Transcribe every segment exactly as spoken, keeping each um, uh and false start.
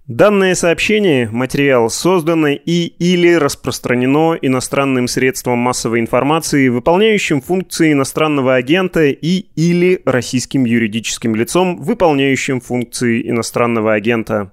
Данное сообщение, материал создано и или распространено иностранным средством массовой информации, выполняющим функции иностранного агента и или российским юридическим лицом, выполняющим функции иностранного агента.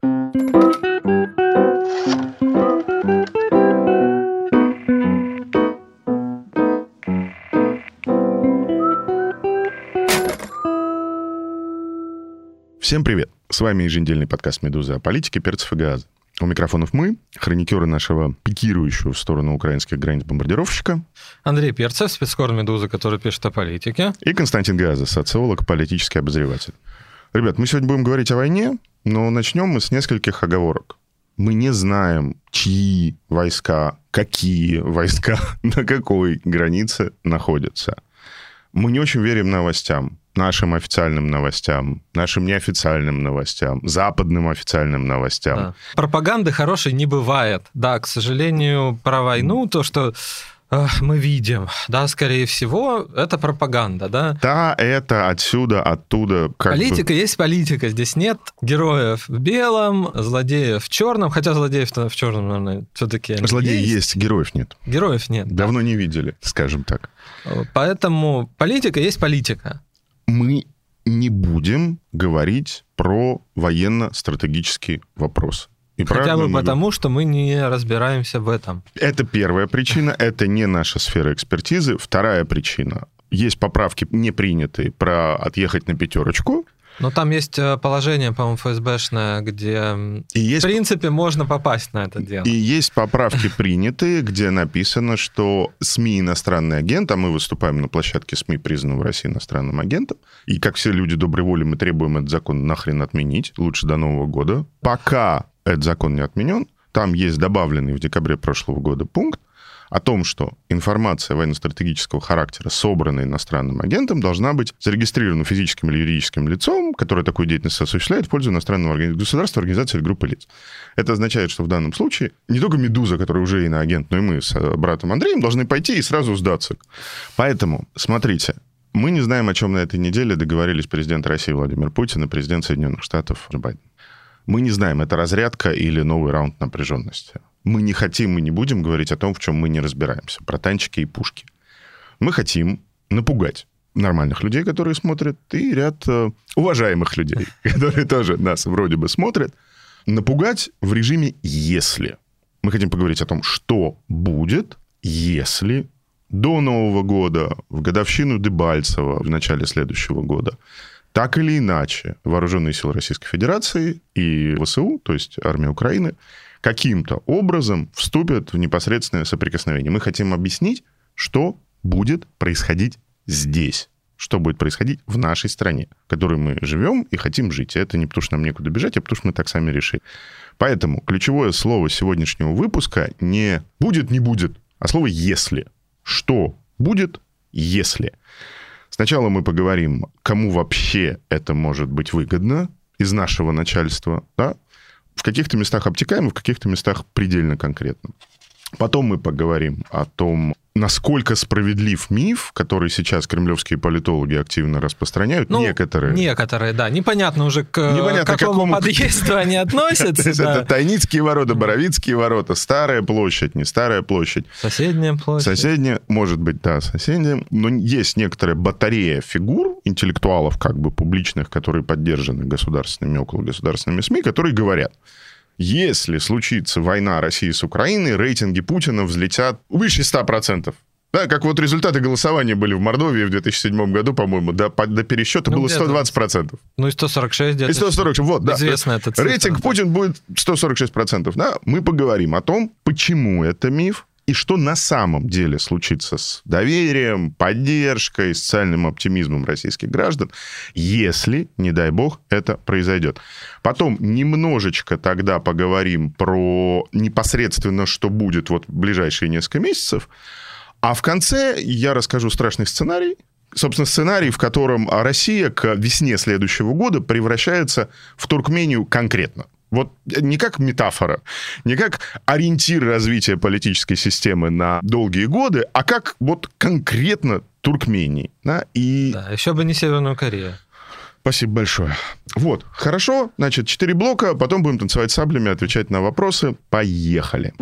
Всем привет! С вами еженедельный подкаст «Медуза» о политике, перцев и газа. У микрофонов мы, хроникеры нашего пикирующего в сторону украинских границ бомбардировщика. Андрей Перцев, спецкор «Медузы», который пишет о политике. И Константин Газа, социолог, политический обозреватель. Ребят, мы сегодня будем говорить о войне, но начнем мы с нескольких оговорок. Мы не знаем, чьи войска, какие войска на какой границе находятся. Мы не очень верим новостям. Нашим официальным новостям, нашим неофициальным новостям, западным официальным новостям. Да. Пропаганды хорошей не бывает. Да, к сожалению, про войну, то, что э, мы видим, да, скорее всего, это пропаганда, да. Да, это отсюда, оттуда. Как политика бы... есть политика. Здесь нет героев в белом, злодеев в черном, хотя злодеев-то в черном, наверное, все-таки Злодеи есть. есть, героев нет. Героев нет. Давно да. не видели, скажем так. Поэтому политика есть политика. Мы не будем говорить про военно-стратегический вопрос. И Хотя бы мы... потому, что мы не разбираемся в этом. Это первая причина, это не наша сфера экспертизы. Вторая причина. Есть поправки, не принятые, про отъехать на пятерочку. Но там есть положение, по-моему, эф эс бэшное, где, и есть... в принципе, можно попасть на это дело. И есть поправки принятые, где написано, что СМИ иностранный агент, а мы выступаем на площадке СМИ, признанного в России иностранным агентом, и как все люди доброй воли мы требуем этот закон нахрен отменить, лучше до Нового года. Пока этот закон не отменен, там есть добавленный в декабре прошлого года пункт о том, что информация военно-стратегического характера, собранная иностранным агентом, должна быть зарегистрирована физическим или юридическим лицом, которое такую деятельность осуществляет в пользу иностранного государства, организации или группы лиц. Это означает, что в данном случае не только «Медуза», который уже иноагент, но и мы с братом Андреем должны пойти и сразу сдаться. Поэтому, смотрите, мы не знаем, о чем на этой неделе договорились президент России Владимир Путин и президент Соединенных Штатов Джо Байден. Мы не знаем, это разрядка или новый раунд напряженности. Мы не хотим, мы не будем говорить о том, в чем мы не разбираемся, про танчики и пушки. Мы хотим напугать нормальных людей, которые смотрят, и ряд э, уважаемых людей, которые тоже нас вроде бы смотрят, напугать в режиме «если». Мы хотим поговорить о том, что будет, если до Нового года, в годовщину Дебальцева, в начале следующего года, так или иначе, Вооруженные силы Российской Федерации и ВСУ, то есть армия Украины, каким-то образом вступят в непосредственное соприкосновение. Мы хотим объяснить, что будет происходить здесь, что будет происходить в нашей стране, в которой мы живем и хотим жить. И это не потому, что нам некуда бежать, а потому, что мы так сами решили. Поэтому ключевое слово сегодняшнего выпуска не «будет, не будет», а слово «если». Что будет, если? Сначала мы поговорим, кому вообще это может быть выгодно из нашего начальства, да? В каких-то местах обтекаемо, в каких-то местах предельно конкретно. Потом мы поговорим о том, насколько справедлив миф, который сейчас кремлевские политологи активно распространяют. Ну, некоторые. Некоторые, да. Непонятно уже, к Непонятно, какому, какому подъезду они относятся. Это Тайницкие ворота, Боровицкие ворота, Старая площадь, не Старая площадь. Соседняя площадь. Соседняя, может быть, да, соседняя. Но есть некоторая батарея фигур, интеллектуалов, как бы публичных, которые поддержаны государственными, окологосударственными СМИ, которые говорят: если случится война России с Украиной, рейтинги Путина взлетят выше ста процентов. Да, как вот результаты голосования были в Мордовии в две тысячи седьмом году, по-моему, до, до пересчета ну, было сто двадцать процентов. Ну и сто сорок шесть где-то. И сто сорок шесть, вот, да. Известно это цифра. Рейтинг Путин будет сто сорок шесть процентов. Да? Мы поговорим о том, почему это миф, и что на самом деле случится с доверием, поддержкой, социальным оптимизмом российских граждан, если, не дай бог, это произойдет. Потом немножечко тогда поговорим про непосредственно, что будет вот в ближайшие несколько месяцев. А в конце я расскажу страшный сценарий. Собственно, сценарий, в котором Россия к весне следующего года превращается в Туркмению конкретно. Вот не как метафора, не как ориентир развития политической системы на долгие годы, а как вот конкретно Туркмении. Да? И... Да, еще бы не Северную Корею. Спасибо большое. Вот, хорошо, значит, четыре блока, потом будем танцевать саблями, отвечать на вопросы. Поехали.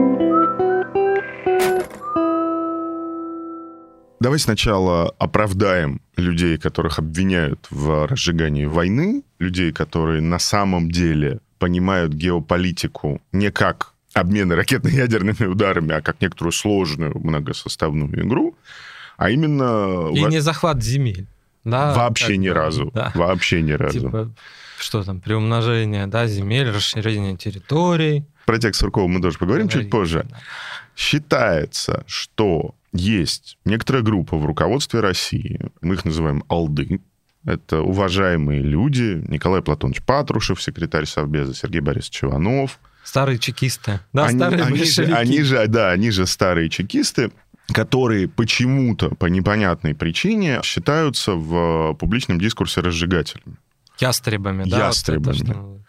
Давай сначала оправдаем людей, которых обвиняют в разжигании войны, людей, которые на самом деле понимают геополитику не как обмены ракетно-ядерными ударами, а как некоторую сложную многосоставную игру, а именно... И не захват земель. Да, вообще ни разу. Да. Вообще ни разу. Типа, что там, приумножение, да, земель, расширение территорий. Про текст Суркова мы тоже поговорим Говорим, чуть позже. Да. Считается, что есть некоторая группа в руководстве России, мы их называем алды, это уважаемые люди, Николай Платонович Патрушев, секретарь Совбеза, Сергей Борисович Иванов. Старые чекисты. Да, они, старые они большевики. Же, они же, да, они же старые чекисты, которые почему-то, по непонятной причине, считаются в публичном дискурсе разжигателями. Ястребами, да? Ястребами. Вот это, что...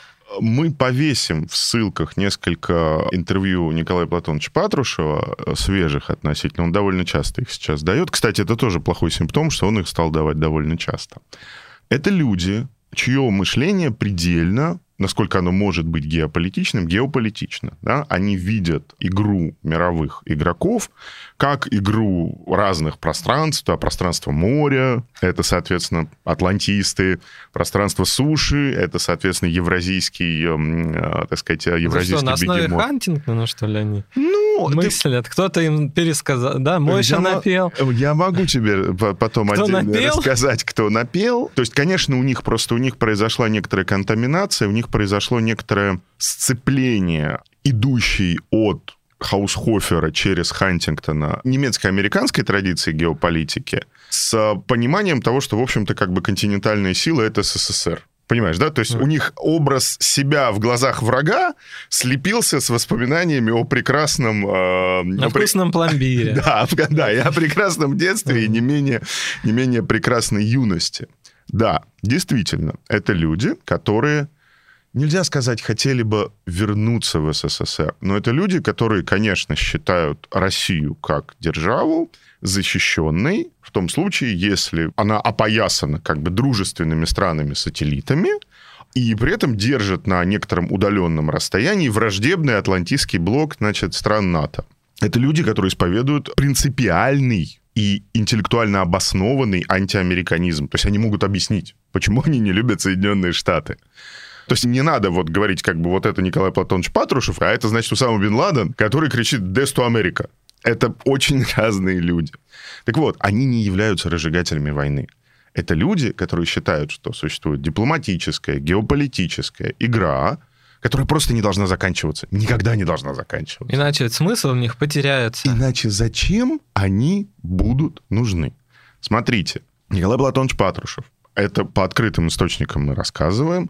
Мы повесим в ссылках несколько интервью Николая Платоновича Патрушева, свежих относительно. Он довольно часто их сейчас дает. Кстати, это тоже плохой симптом, что он их стал давать довольно часто. Это люди, чье мышление предельно, насколько оно может быть геополитичным, геополитично. Да? Они видят игру мировых игроков как игру разных пространств. А пространство моря — это, соответственно, атлантисты. Пространство суши — это, соответственно, евразийский, э, так сказать, евразийский бегемот. Что, на основе Хантингтона, что ли, они ну, мыслят? Ты... Кто-то им пересказал. Да, Мойша я напел. Я могу тебе потом кто отдельно напел? рассказать, кто напел. То есть, конечно, у них просто у них произошла некоторая контаминация, у них произошло некоторое сцепление, идущей от Хаусхофера через Хантингтона немецко-американской традиции геополитики с пониманием того, что, в общем-то, как бы континентальная сила — это СССР. Понимаешь, да? То есть mm. у них образ себя в глазах врага слепился с воспоминаниями о прекрасном... Э, о вкусном при... пломбире. Да, да, и о прекрасном детстве, и не менее, не менее прекрасной юности. Да, действительно, это люди, которые... Нельзя сказать, хотели бы вернуться в СССР, но это люди, которые, конечно, считают Россию как державу защищенной в том случае, если она опоясана как бы дружественными странами-сателлитами и при этом держит на некотором удаленном расстоянии враждебный атлантический блок, значит, стран НАТО. Это люди, которые исповедуют принципиальный и интеллектуально обоснованный антиамериканизм. То есть они могут объяснить, почему они не любят Соединенные Штаты. То есть не надо вот говорить, как бы вот это Николай Платонович Патрушев, а это, значит, Усама бен Ладен, который кричит «Death to America». Это очень разные люди. Так вот, они не являются разжигателями войны. Это люди, которые считают, что существует дипломатическая, геополитическая игра, которая просто не должна заканчиваться. Никогда не должна заканчиваться. Иначе смысл в них потеряется. Иначе зачем они будут нужны? Смотрите, Николай Платонович Патрушев, это по открытым источникам мы рассказываем,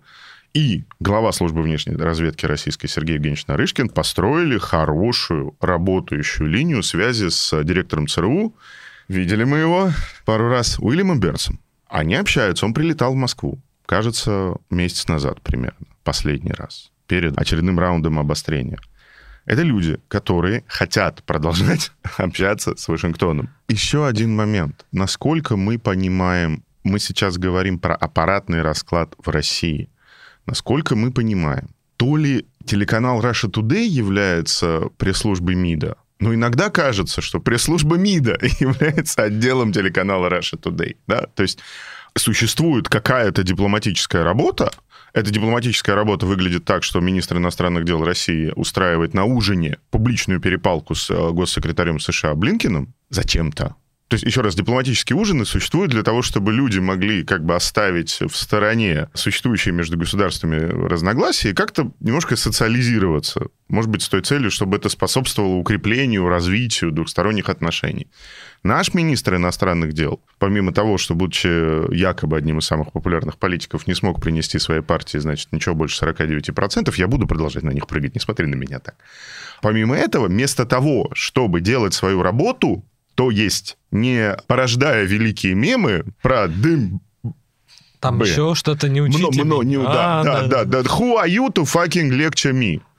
и глава службы внешней разведки российской Сергей Евгеньевич Нарышкин построили хорошую работающую линию связи с директором ЦРУ. Видели мы его пару раз, Уильямом Бернсом. Они общаются, он прилетал в Москву, кажется, месяц назад примерно, последний раз, перед очередным раундом обострения. Это люди, которые хотят продолжать общаться с Вашингтоном. Еще один момент. Насколько мы понимаем, мы сейчас говорим про аппаратный расклад в России. Насколько мы понимаем, то ли телеканал Russia Today является пресс-службой МИДа, но иногда кажется, что пресс-служба МИДа является отделом телеканала Russia Today. Да? То есть существует какая-то дипломатическая работа. Эта дипломатическая работа выглядит так, что министр иностранных дел России устраивает на ужине публичную перепалку с госсекретарем США Блинкеном зачем-то. То есть, еще раз, дипломатические ужины существуют для того, чтобы люди могли как бы оставить в стороне существующие между государствами разногласия и как-то немножко социализироваться. Может быть, с той целью, чтобы это способствовало укреплению, развитию двухсторонних отношений. Наш министр иностранных дел, помимо того, что, будучи якобы одним из самых популярных политиков, не смог принести своей партии, значит, ничего больше сорок девять процентов, я буду продолжать на них прыгать, не смотри на меня так. Помимо этого, вместо того, чтобы делать свою работу... то есть, не порождая великие мемы про дым... Там Б. еще что-то неучительное. Мно, мно, не, а, да, да, да, да. Who are you to fucking lecture me?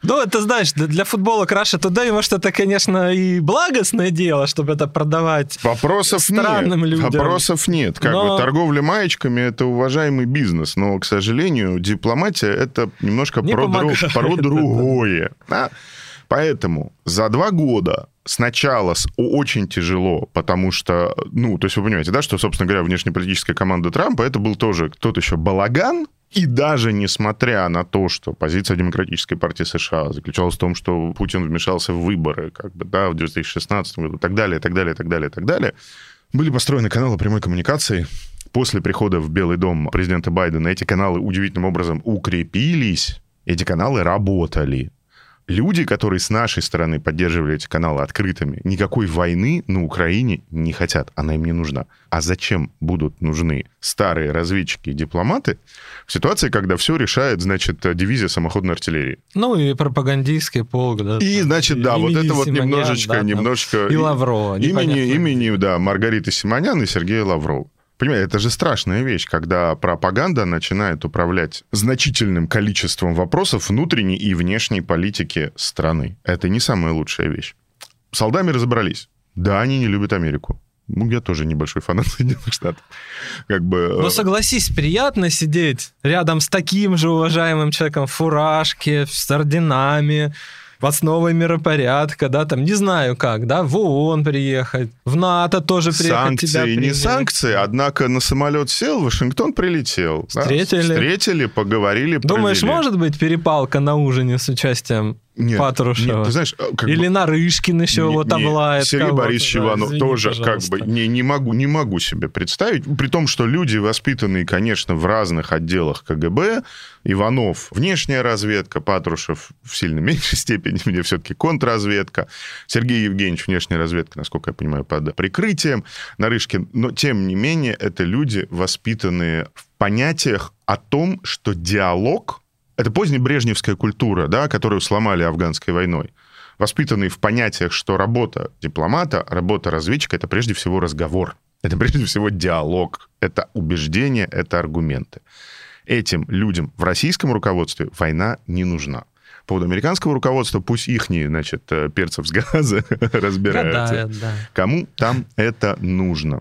Ну, это, знаешь, для футбола Russia Today, может, это, конечно, и благостное дело, чтобы это продавать Вопросов странным нет. людям. Вопросов нет. Как Но... бы торговля маечками — это уважаемый бизнес, но, к сожалению, дипломатия — это немножко Не про, друг, помогает, про другое. Да? Поэтому за два года сначала очень тяжело, потому что, ну, то есть вы понимаете, да, что, собственно говоря, внешнеполитическая команда Трампа — это был тоже тот еще балаган, и даже несмотря на то, что позиция Демократической партии США заключалась в том, что Путин вмешался в выборы, как бы, да, в две тысячи шестнадцатом году, и так далее, и так далее, и так далее, и так далее, были построены каналы прямой коммуникации. После прихода в Белый дом президента Байдена эти каналы удивительным образом укрепились, эти каналы работали. Люди, которые с нашей стороны поддерживали эти каналы открытыми, никакой войны на Украине не хотят, она им не нужна. А зачем будут нужны старые разведчики и дипломаты в ситуации, когда все решает, значит, дивизия самоходной артиллерии? Ну, и пропагандистский полк, да. И, значит, да, вот это вот Симонян, немножечко, да, немножко... И Лаврова. Имени, имени, да, Маргариты Симонян и Сергея Лаврова. Понимаете, это же страшная вещь, когда пропаганда начинает управлять значительным количеством вопросов внутренней и внешней политики страны. Это не самая лучшая вещь. С олдами разобрались. Да, они не любят Америку. Ну, я тоже небольшой фанат Соединенных Штатов. Как бы... Но согласись, приятно сидеть рядом с таким же уважаемым человеком в фуражке, с орденами, в основе миропорядка, да, там, не знаю как, да, в ООН приехать, в НАТО тоже приехать. Санкции, тебя принять. не санкции, однако на самолет сел, в Вашингтон прилетел. Встретили. Да? Встретили, поговорили, Думаешь, провели. Может быть перепалка на ужине с участием нет, Патрушева? Нет, ты знаешь, как Или бы... Нарышкин еще не, вот облает. Сергей Борисович Иванов да, тоже пожалуйста. как бы не, не, могу, не могу себе представить, при том, что люди, воспитанные, конечно, в разных отделах КГБ, Иванов — внешняя разведка, Патрушев в сильно меньшей степени, мне все-таки контрразведка, Сергей Евгеньевич — внешняя разведка, насколько я понимаю, под прикрытием, Нарышкин, но тем не менее это люди, воспитанные в понятиях о том, что диалог — это позднебрежневская культура, да, которую сломали афганской войной. Воспитанные в понятиях, что работа дипломата, работа разведчика — это прежде всего разговор. Это прежде всего диалог. Это убеждения, это аргументы. Этим людям в российском руководстве война не нужна. По поводу американского руководства пусть ихние, значит, перцев с газа разбираются. Да, да, да. Кому там это нужно?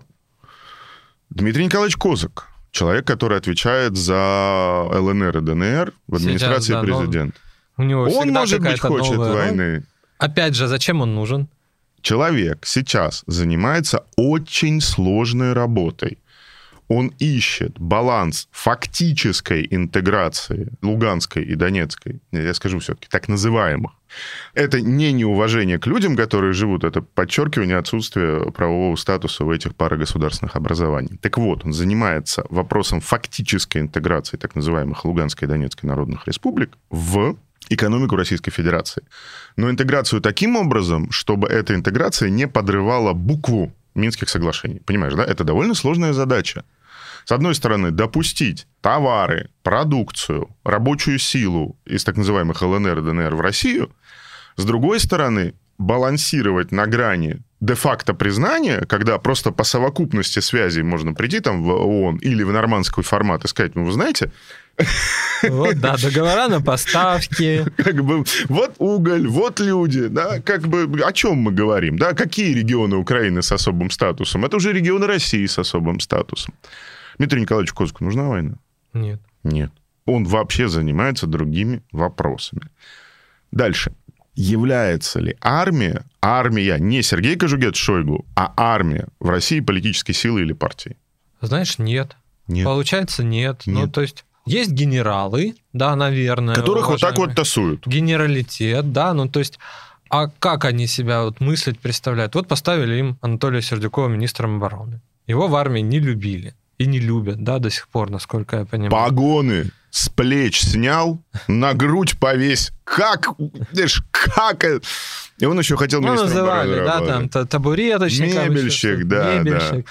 Дмитрий Николаевич Козак. Человек, который отвечает за ЛНР и ДНР в администрации Сейчас, да, президента. У него Он, может быть, хочет новая... войны. Опять же, зачем он нужен? Человек сейчас занимается очень сложной работой. Он ищет баланс фактической интеграции Луганской и Донецкой, я скажу все-таки, так называемых. Это не неуважение к людям, которые живут, это подчеркивание отсутствия правового статуса в этих парагосударственных образованиях. Так вот, он занимается вопросом фактической интеграции так называемых Луганской и Донецкой народных республик в экономику Российской Федерации. Но интеграцию таким образом, чтобы эта интеграция не подрывала букву Минских соглашений. Понимаешь, да? Это довольно сложная задача. С одной стороны, допустить товары, продукцию, рабочую силу из так называемых ЛНР и ДНР в Россию. С другой стороны, балансировать на грани де-факто признания, когда просто по совокупности связей можно прийти там в ООН или в нормандский формат и сказать, ну, вы знаете... Вот, да, договора на поставки. Как бы, вот уголь, вот люди, да, как бы, о чем мы говорим, да, какие регионы Украины с особым статусом? Это уже регионы России с особым статусом. Дмитрию Николаевичу Козаку нужна война? Нет. Нет. Он вообще занимается другими вопросами. Дальше. Является ли армия, армия, не Сергей Кожугет-Шойгу, а армия в России политической силой или партией? Знаешь, нет. Нет. Получается, нет. Нет. Ну, то есть, есть генералы, да, наверное. Которых вот так уважаемые. вот тасуют. Генералитет, да, ну, то есть, а как они себя вот мыслить, представляют? Вот поставили им Анатолия Сердюкова министром обороны. Его в армии не любили. И не любят, да, до сих пор, насколько я понимаю. Погоны с плеч снял, на грудь повесь. Как? Знаешь, как? И он еще хотел Ну, министром называли, обороны да, работать. там табуреточник. Мебельщик, да, мебельщик. да.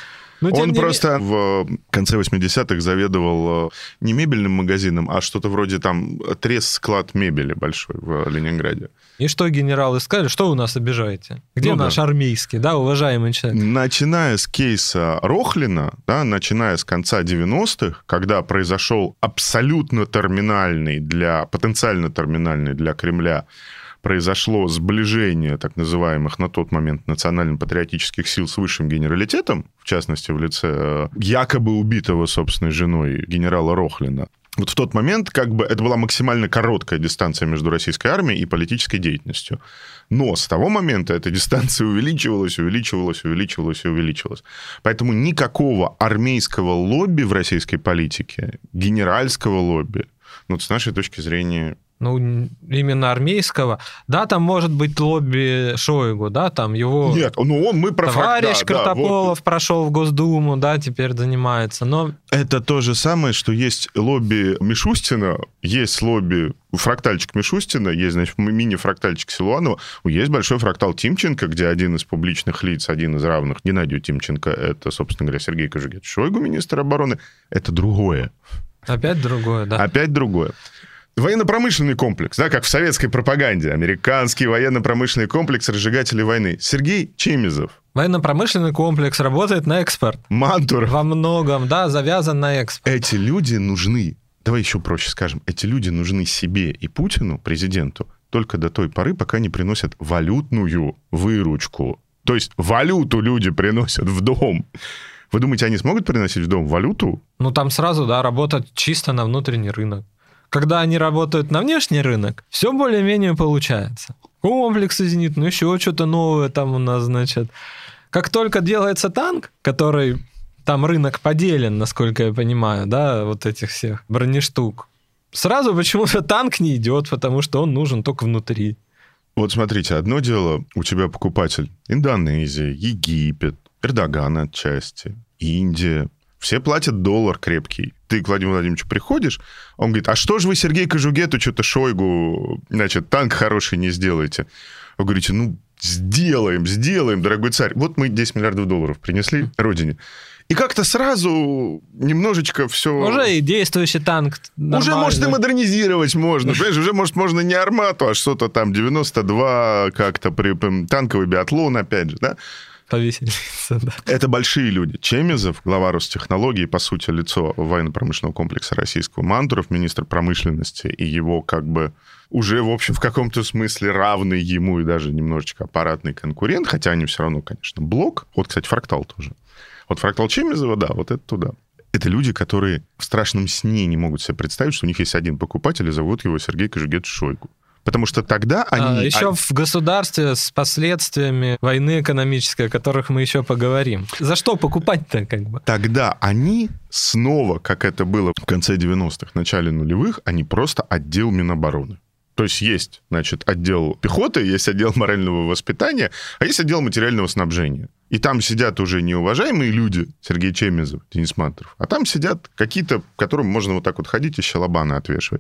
Но, Он не просто ми... в конце восьмидесятых заведовал не мебельным магазином, а что-то вроде там трес-склад мебели большой в Ленинграде. И что генералы сказали? Что вы нас обижаете? Где ну, наш да. армейский, да, уважаемый человек? Начиная с кейса Рохлина, да, начиная с конца девяностых, когда произошел абсолютно терминальный для, потенциально терминальный для Кремля, произошло сближение так называемых на тот момент национально-патриотических сил с высшим генералитетом, в частности, в лице якобы убитого собственной женой генерала Рохлина. Вот в тот момент как бы это была максимально короткая дистанция между российской армией и политической деятельностью. Но с того момента эта дистанция увеличивалась, увеличивалась, увеличивалась и увеличивалась. Поэтому никакого армейского лобби в российской политике, генеральского лобби, ну, с нашей точки зрения... Ну, именно армейского. Да, там может быть лобби Шойгу, да, там его... Нет, ну он, мы про товарищ факт, да, Картополов да, вот. прошел в Госдуму, да, теперь занимается, но... Это то же самое, что есть лобби Мишустина, есть лобби фрактальчик Мишустина, есть, значит, мини-фрактальчик Силуанова, есть большой фрактал Тимченко, где один из публичных лиц, один из равных Геннадию Тимченко, это, собственно говоря, Сергей Кожугетович Шойгу, министр обороны, это другое. Опять другое, да. Опять другое. Военно-промышленный комплекс, да, как в советской пропаганде. Американский военно-промышленный комплекс разжигателей войны. Сергей Чемизов. Военно-промышленный комплекс работает на экспорт. Мантуров. Во многом, да, завязан на экспорт. Эти люди нужны, давай еще проще скажем, эти люди нужны себе и Путину, президенту, только до той поры, пока не приносят валютную выручку. То есть валюту люди приносят в дом. Вы думаете, они смогут приносить в дом валюту? Ну, там сразу, да, работать чисто на внутренний рынок. Когда они работают на внешний рынок, все более-менее получается. Комплексы зенитные, еще что-то новое там у нас, значит. Как только делается танк, который... Там рынок поделен, насколько я понимаю, да, вот этих всех бронештук. Сразу почему-то танк не идет, потому что он нужен только внутри. Вот смотрите, одно дело, у тебя покупатель Индонезия, Египет, Эрдоган отчасти, Индия. Все платят доллар крепкий. Ты к Владимиру Владимировичу приходишь, он говорит, а что же вы Сергей Кожугету, что-то Шойгу, значит, танк хороший не сделаете? Вы говорите, ну, сделаем, сделаем, дорогой царь. Вот мы десять миллиардов долларов принесли родине. И как-то сразу немножечко все... Уже и действующий танк нормальный. Уже, может, и модернизировать можно. Понимаешь, уже, может, можно не Армату, а что-то там девяносто два, как-то при, танковый биатлон, опять же, да? Повеситься, да. Это большие люди. Чемизов, глава Ростехнологий, по сути, лицо военно-промышленного комплекса российского, Мантуров, министр промышленности, и его как бы уже, в общем, в каком-то смысле равный ему и даже немножечко аппаратный конкурент, хотя они все равно, конечно, блок. Вот, кстати, фрактал тоже. Вот фрактал Чемизова, да, вот это туда. Это люди, которые в страшном сне не могут себе представить, что у них есть один покупатель, и зовут его Сергей Кожугетович Шойгу. Потому что тогда они... А, еще в государстве с последствиями войны экономической, о которых мы еще поговорим. За что покупать-то как бы? Тогда они снова, как это было в конце девяностых, начале нулевых, они просто отдел Минобороны. То есть есть, значит, отдел пехоты, есть отдел морального воспитания, а есть отдел материального снабжения. И там сидят уже неуважаемые люди, Сергей Чемизов, Денис Мантуров, а там сидят какие-то, которым можно вот так вот ходить и щелобаны отвешивать.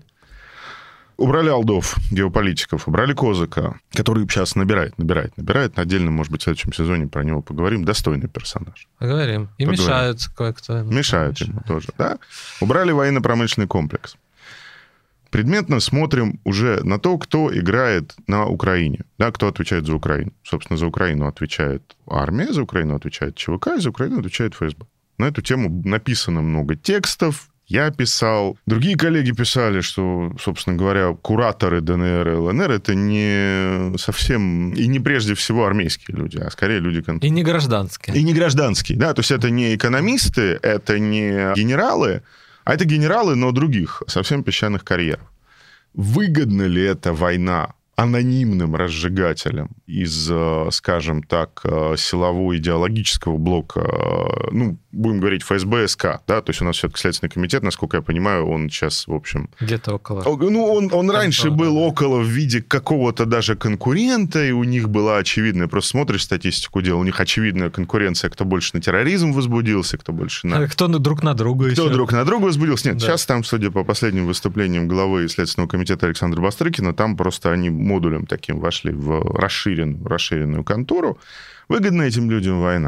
Убрали Алдов, геополитиков, убрали Козыка, который сейчас набирает, набирает, набирает. Отдельно, может быть, в следующем сезоне про него поговорим. Достойный персонаж. Поговорим. И поговорим. Мешают кое-кто. Мешают ему тоже, да. Убрали военно-промышленный комплекс. Предметно смотрим уже на то, кто играет на Украине, да, кто отвечает за Украину. Собственно, за Украину отвечает армия, за Украину отвечает ЧВК, и за Украину отвечает ФСБ. На эту тему написано много текстов. Я писал, другие коллеги писали, что, собственно говоря, кураторы ДНР и ЛНР — это не совсем, и не прежде всего армейские люди, а скорее люди... И не гражданские. И не гражданские, да, то есть это не экономисты, это не генералы, а это генералы, но других, совсем песчаных карьеров. Выгодна ли эта война анонимным разжигателям из, скажем так, силового идеологического блока, ну, будем говорить, ФСБ, СК, да, то есть у нас все-таки Следственный комитет, насколько я понимаю, он сейчас, в общем... Где-то около. Ну, он, он раньше был около в виде какого-то даже конкурента, и у них была очевидная, просто смотришь статистику дела, у них очевидная конкуренция, кто больше на терроризм возбудился, кто больше на... Кто друг на друга Кто еще. друг на друга возбудился. Нет, да. Сейчас там, судя по последним выступлениям главы Следственного комитета Александра Бастрыкина, там просто они модулем таким вошли в расширенную, расширенную контору. Выгодна этим людям война.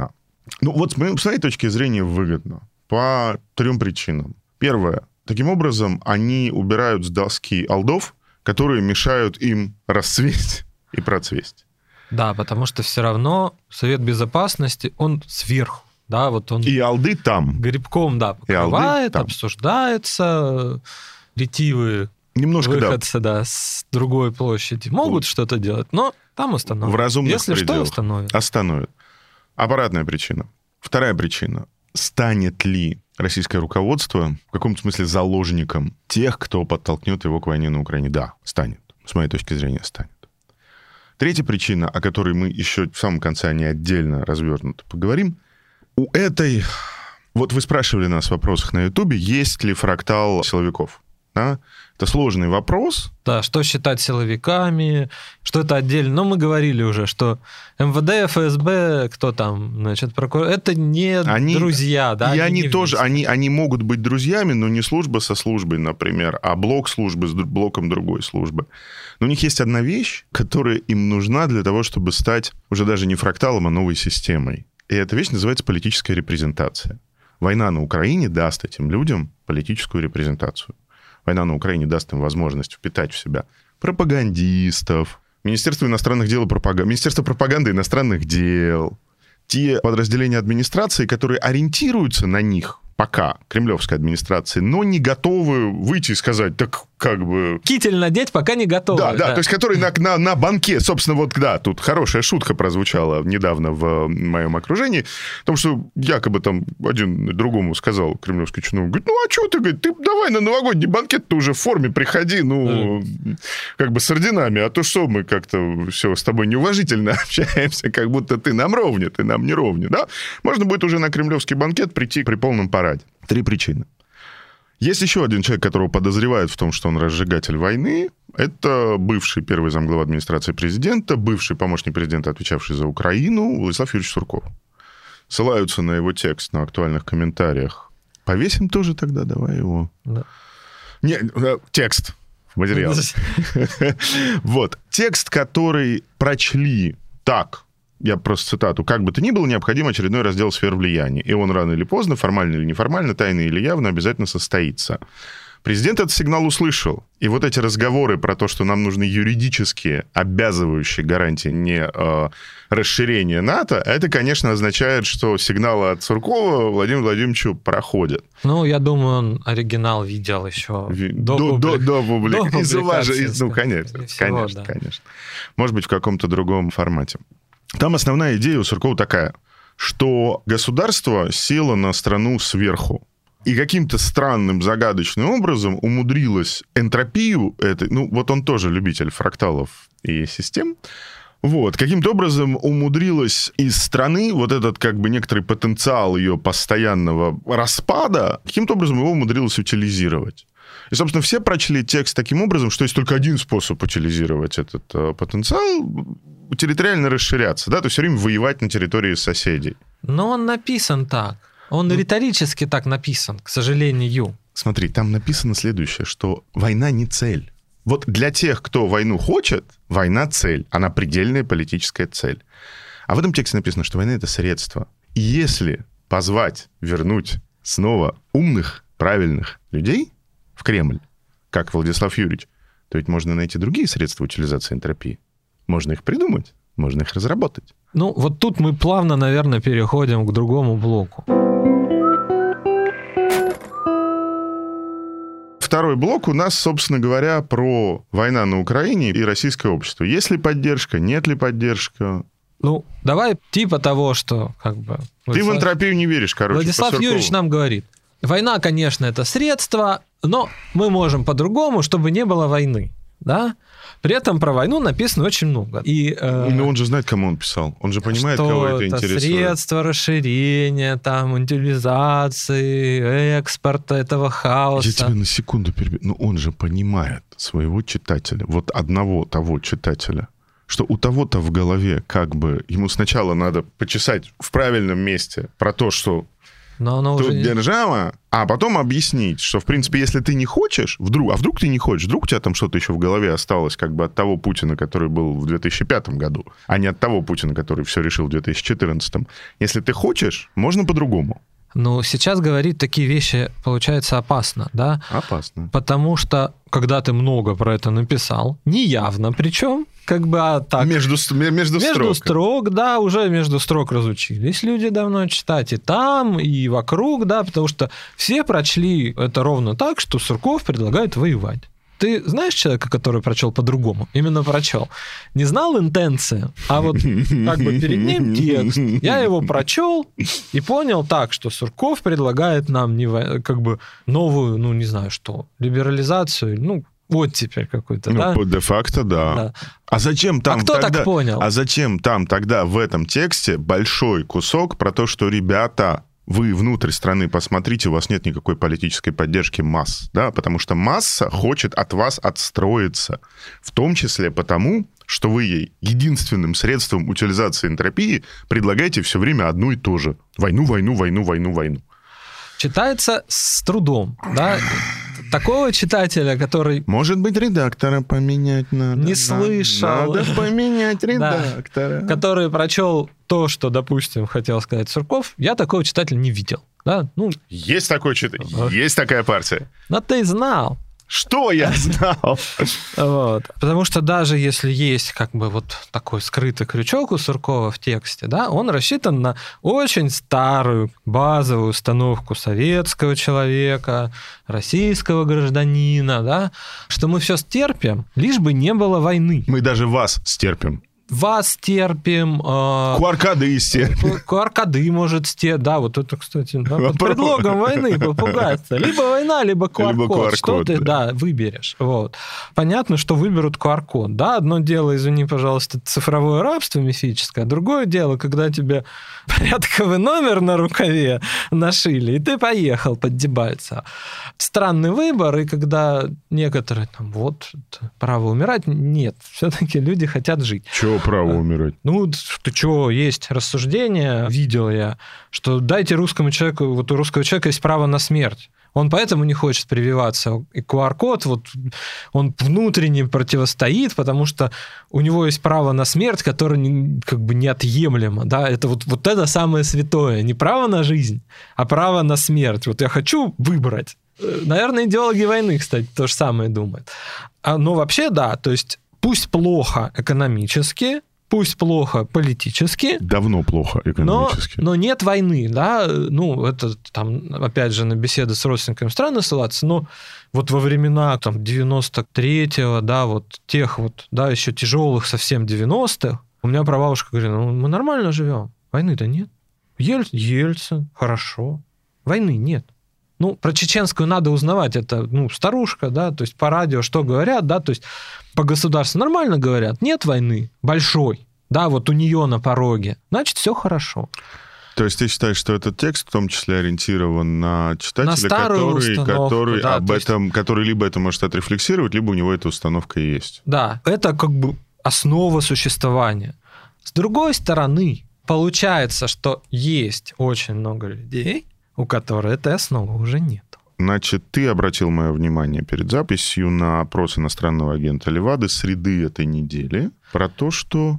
Ну, вот с моей, с моей точки зрения выгодно. По трем причинам. Первое. Таким образом, они убирают с доски алдов, которые мешают им расцветь и процвесть. Да, потому что все равно Совет Безопасности, он сверху. Да, вот он и алды там. Грибком, да, покрывает, обсуждается. Ретивые Немножко, выходцы, да. да, с другой площади могут вот. что-то делать, но там установят. В разумных Если пределах. что, установят. Остановят. Аппаратная причина. Вторая причина. Станет ли российское руководство в каком-то смысле заложником тех, кто подтолкнет его к войне на Украине? Да, станет. С моей точки зрения, станет. Третья причина, о которой мы еще в самом конце не отдельно развернуто поговорим. У этой... Вот вы спрашивали нас в вопросах на Ютубе, есть ли фрактал силовиков. Да? Это сложный вопрос. Да, что считать силовиками, что это отдельно. Но мы говорили уже, что эм вэ дэ, эф эс бэ, кто там, значит, прокурор, это не они, друзья, да? И они, они тоже, они, они могут быть друзьями, но не служба со службой, например, а блок службы с блоком другой службы. Но у них есть одна вещь, которая им нужна для того, чтобы стать уже даже не фракталом, а новой системой. И эта вещь называется политическая репрезентация. Война на Украине даст этим людям политическую репрезентацию. Война на Украине даст им возможность впитать в себя пропагандистов, Министерство иностранных дел и пропаганды, Министерство пропаганды иностранных дел, те подразделения администрации, которые ориентируются на них пока, кремлевской администрации, но не готовы выйти и сказать, так как бы... Китель надеть пока не готовы. Да, да, да, то есть которые на, на, на банке, собственно, вот, да, тут хорошая шутка прозвучала недавно в моем окружении, о том, что якобы там один другому сказал кремлевский чиновник, говорит, ну, а что ты, говорит, ты давай на новогодний банкет ты уже в форме приходи, ну, mm. как бы с орденами, а то что мы как-то все с тобой неуважительно общаемся, как будто ты нам ровня, ты нам не ровня, да? Можно будет уже на кремлевский банкет прийти при полном параде. Три причины. Есть еще один человек, которого подозревают в том, что он разжигатель войны. Это бывший первый замглавы администрации президента, бывший помощник президента, отвечавший за Украину, Владислав Юрьевич Сурков. Ссылаются на его текст на актуальных комментариях. Повесим тоже тогда, давай его. Да. Не, текст, материал. Вот. Текст, который прочли так. Я просто цитату. «Как бы то ни было, необходим очередной раздел сфер влияния. И он рано или поздно, формально или неформально, тайно или явно, обязательно состоится». Президент этот сигнал услышал. И вот эти разговоры про то, что нам нужны юридические обязывающие гарантии не э, расширения НАТО, это, конечно, означает, что сигналы от Суркова Владимиру Владимировичу проходят. Ну, я думаю, он оригинал видел еще Ви... до, до, до, до, публик... до публикации. Ну, конечно, всего, конечно, да. конечно. Может быть, в каком-то другом формате. Там основная идея у Суркова такая, что государство село на страну сверху. И каким-то странным, загадочным образом умудрилось энтропию этой... Ну, вот он тоже любитель фракталов и систем. Вот. Каким-то образом умудрилась из страны вот этот как бы некоторый потенциал ее постоянного распада, каким-то образом его умудрилось утилизировать. И, собственно, все прочли текст таким образом, что есть только один способ утилизировать этот э, потенциал — территориально расширяться, да, то есть все время воевать на территории соседей. Но он написан так. Он ну, риторически так написан, к сожалению. Смотри, там написано следующее, что война не цель. Вот для тех, кто войну хочет, война — цель. Она предельная политическая цель. А в этом тексте написано, что война — это средство. И если позвать, вернуть снова умных, правильных людей в Кремль, как Владислав Юрьевич, то ведь можно найти другие средства утилизации энтропии. Можно их придумать, можно их разработать. Ну, вот тут мы плавно, наверное, переходим к другому блоку. Второй блок у нас, собственно говоря, про война на Украине и российское общество. Есть ли поддержка, нет ли поддержка? Ну, давай типа того, что как бы... Ты Владислав... в энтропию не веришь, короче. Владислав Юрьевич нам говорит, война, конечно, это средство, но мы можем по-другому, чтобы не было войны, да? При этом про войну написано очень много. И, э, Но он же знает, кому он писал. Он же понимает, кого это интересует. Средства расширения, там, утилизации, экспорта этого хаоса. Я тебя на секунду перебью. Но он же понимает своего читателя, вот одного того читателя, что у того-то в голове как бы ему сначала надо почесать в правильном месте про то, что Но оно Тут уже... держава, а потом объяснить, что, в принципе, если ты не хочешь, вдруг, а вдруг ты не хочешь, вдруг у тебя там что-то еще в голове осталось как бы от того Путина, который был в две тысячи пятом году, а не от того Путина, который все решил в две тысячи четырнадцатом. Если ты хочешь, можно по-другому. Ну, сейчас говорить такие вещи, получается, опасно, да? Опасно. Потому что, когда ты много про это написал, неявно причем, как бы, а так... Между, между, между строк. строк, да, уже между строк разучились люди давно читать и там, и вокруг, да, потому что все прочли это ровно так, что Сурков предлагает воевать. Ты знаешь человека, который прочел по-другому? Именно прочел. Не знал интенции, а вот как бы перед ним текст. Я его прочел и понял так, что Сурков предлагает нам не, как бы новую, ну, не знаю что, либерализацию, ну, вот теперь какой-то, ну, да? де-факто, да. да. А зачем там а кто тогда... так понял? А зачем там тогда в этом тексте большой кусок про то, что, ребята... Вы внутрь страны посмотрите, у вас нет никакой политической поддержки масс, да, потому что масса хочет от вас отстроиться, в том числе потому, что вы ей единственным средством утилизации энтропии предлагаете все время одно и то же. Войну, войну, войну, войну, войну. Читается с трудом, да, такого читателя, который... Может быть, редактора поменять надо. Не слышал. Надо поменять редактора. Да, который прочел то, что, допустим, хотел сказать Сурков, я такого читателя не видел. Да? Ну, есть такой читатель, есть такая партия. Но ты знал. Что я знал? Вот. Потому что даже если есть как бы вот такой скрытый крючок у Суркова в тексте, да, он рассчитан на очень старую базовую установку советского человека, российского гражданина, да, что мы все стерпим, лишь бы не было войны. Мы даже вас стерпим. Вас терпим. Э, Куаркады стерпим. Куаркады может стерпим. Да, вот это, кстати, да, под предлогом войны попугаться. Либо война, либо ку ар-код. Что ты, да, выберешь. Вот. Понятно, что выберут ку ар-код. Да, одно дело, извини, пожалуйста, цифровое рабство мифическое, а другое дело, когда тебе порядковый номер на рукаве нашили, и ты поехал под Дебальцево. Странный выбор, и когда некоторые там, вот, право умирать, нет, все-таки люди хотят жить. Чего право умирать? Ну, ты чего, есть рассуждение, видел я, что дайте русскому человеку, вот у русского человека есть право на смерть. Он поэтому не хочет прививаться. И ку ар-код, вот, он внутренне противостоит, потому что у него есть право на смерть, которое не, как бы неотъемлемо. Да? Это вот, вот это самое святое. Не право на жизнь, а право на смерть. Вот я хочу выбрать. Наверное, идеологи войны, кстати, то же самое думают. А, но вообще, да, то есть пусть плохо экономически, пусть плохо политически. Давно плохо экономически. Но, но нет войны, да. Ну, это там, опять же, на беседы с родственниками странно ссылаться, но вот во времена там девяносто третьего, да, вот тех вот, да, еще тяжелых совсем девяностых, у меня прабабушка говорит, ну, мы нормально живем, войны-то нет. Ель... Ельцин, хорошо. Войны нет. Ну, про чеченскую надо узнавать, это, ну, старушка, да, то есть по радио что говорят, да, то есть по государству нормально говорят, нет войны большой, да, вот у нее на пороге, значит, все хорошо. То есть ты считаешь, что этот текст в том числе ориентирован на читателя, на который, который, да, об этом, есть... который либо это может отрефлексировать, либо у него эта установка и есть? Да, это как бы основа существования. С другой стороны, получается, что есть очень много людей, у которой этой основы уже нет. Значит, ты обратил мое внимание перед записью на опрос иностранного агента Левады среды этой недели про то, что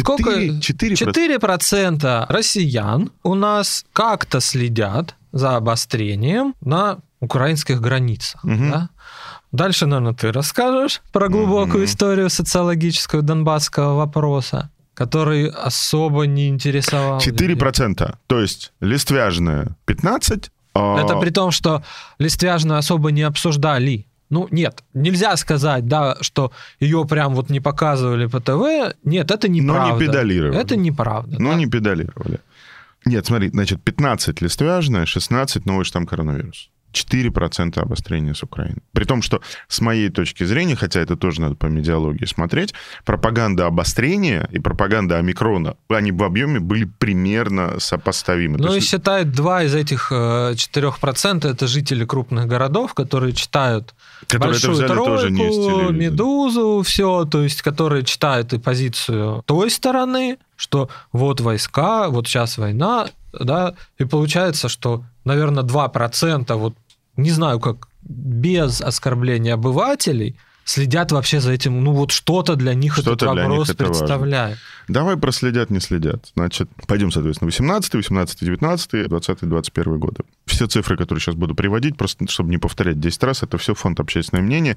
четыре процента россиян у нас как-то следят за обострением на украинских границах. Угу. Да? Дальше, наверное, ты расскажешь про глубокую угу. историю социологическую донбасского вопроса, который особо не интересовал. четыре процента. То есть листвяжная пятнадцать процентов. А... Это при том, что листвяжную особо не обсуждали. Ну, нет, нельзя сказать, да, что ее прям вот не показывали по ТВ. Нет, это неправда. Но не педалировали. Это неправда. Но да? не педалировали. Нет, смотри, значит, пятнадцать листвяжная, шестнадцать новый штамм коронавируса. четыре процента обострения с Украины. При том, что с моей точки зрения, хотя это тоже надо по медиалогии смотреть, пропаганда обострения и пропаганда омикрона, они в объеме были примерно сопоставимы. Ну и есть... считают, два из этих четырех процентов это жители крупных городов, которые читают которые большую тройку, Медузу, все, то есть которые читают и позицию той стороны, что вот войска, вот сейчас война, да, и получается, что наверное, два процента, вот не знаю, как без оскорбления обывателей, следят вообще за этим, ну вот что-то для них что-то этот для вопрос них это представляет. Важно. Давай про следят, не следят. Значит, пойдем, соответственно, восемнадцатый, восемнадцатый, девятнадцатый, двадцатый, двадцать первый годы. Все цифры, которые сейчас буду приводить, просто чтобы не повторять десять раз, это все фонд «Общественное мнение».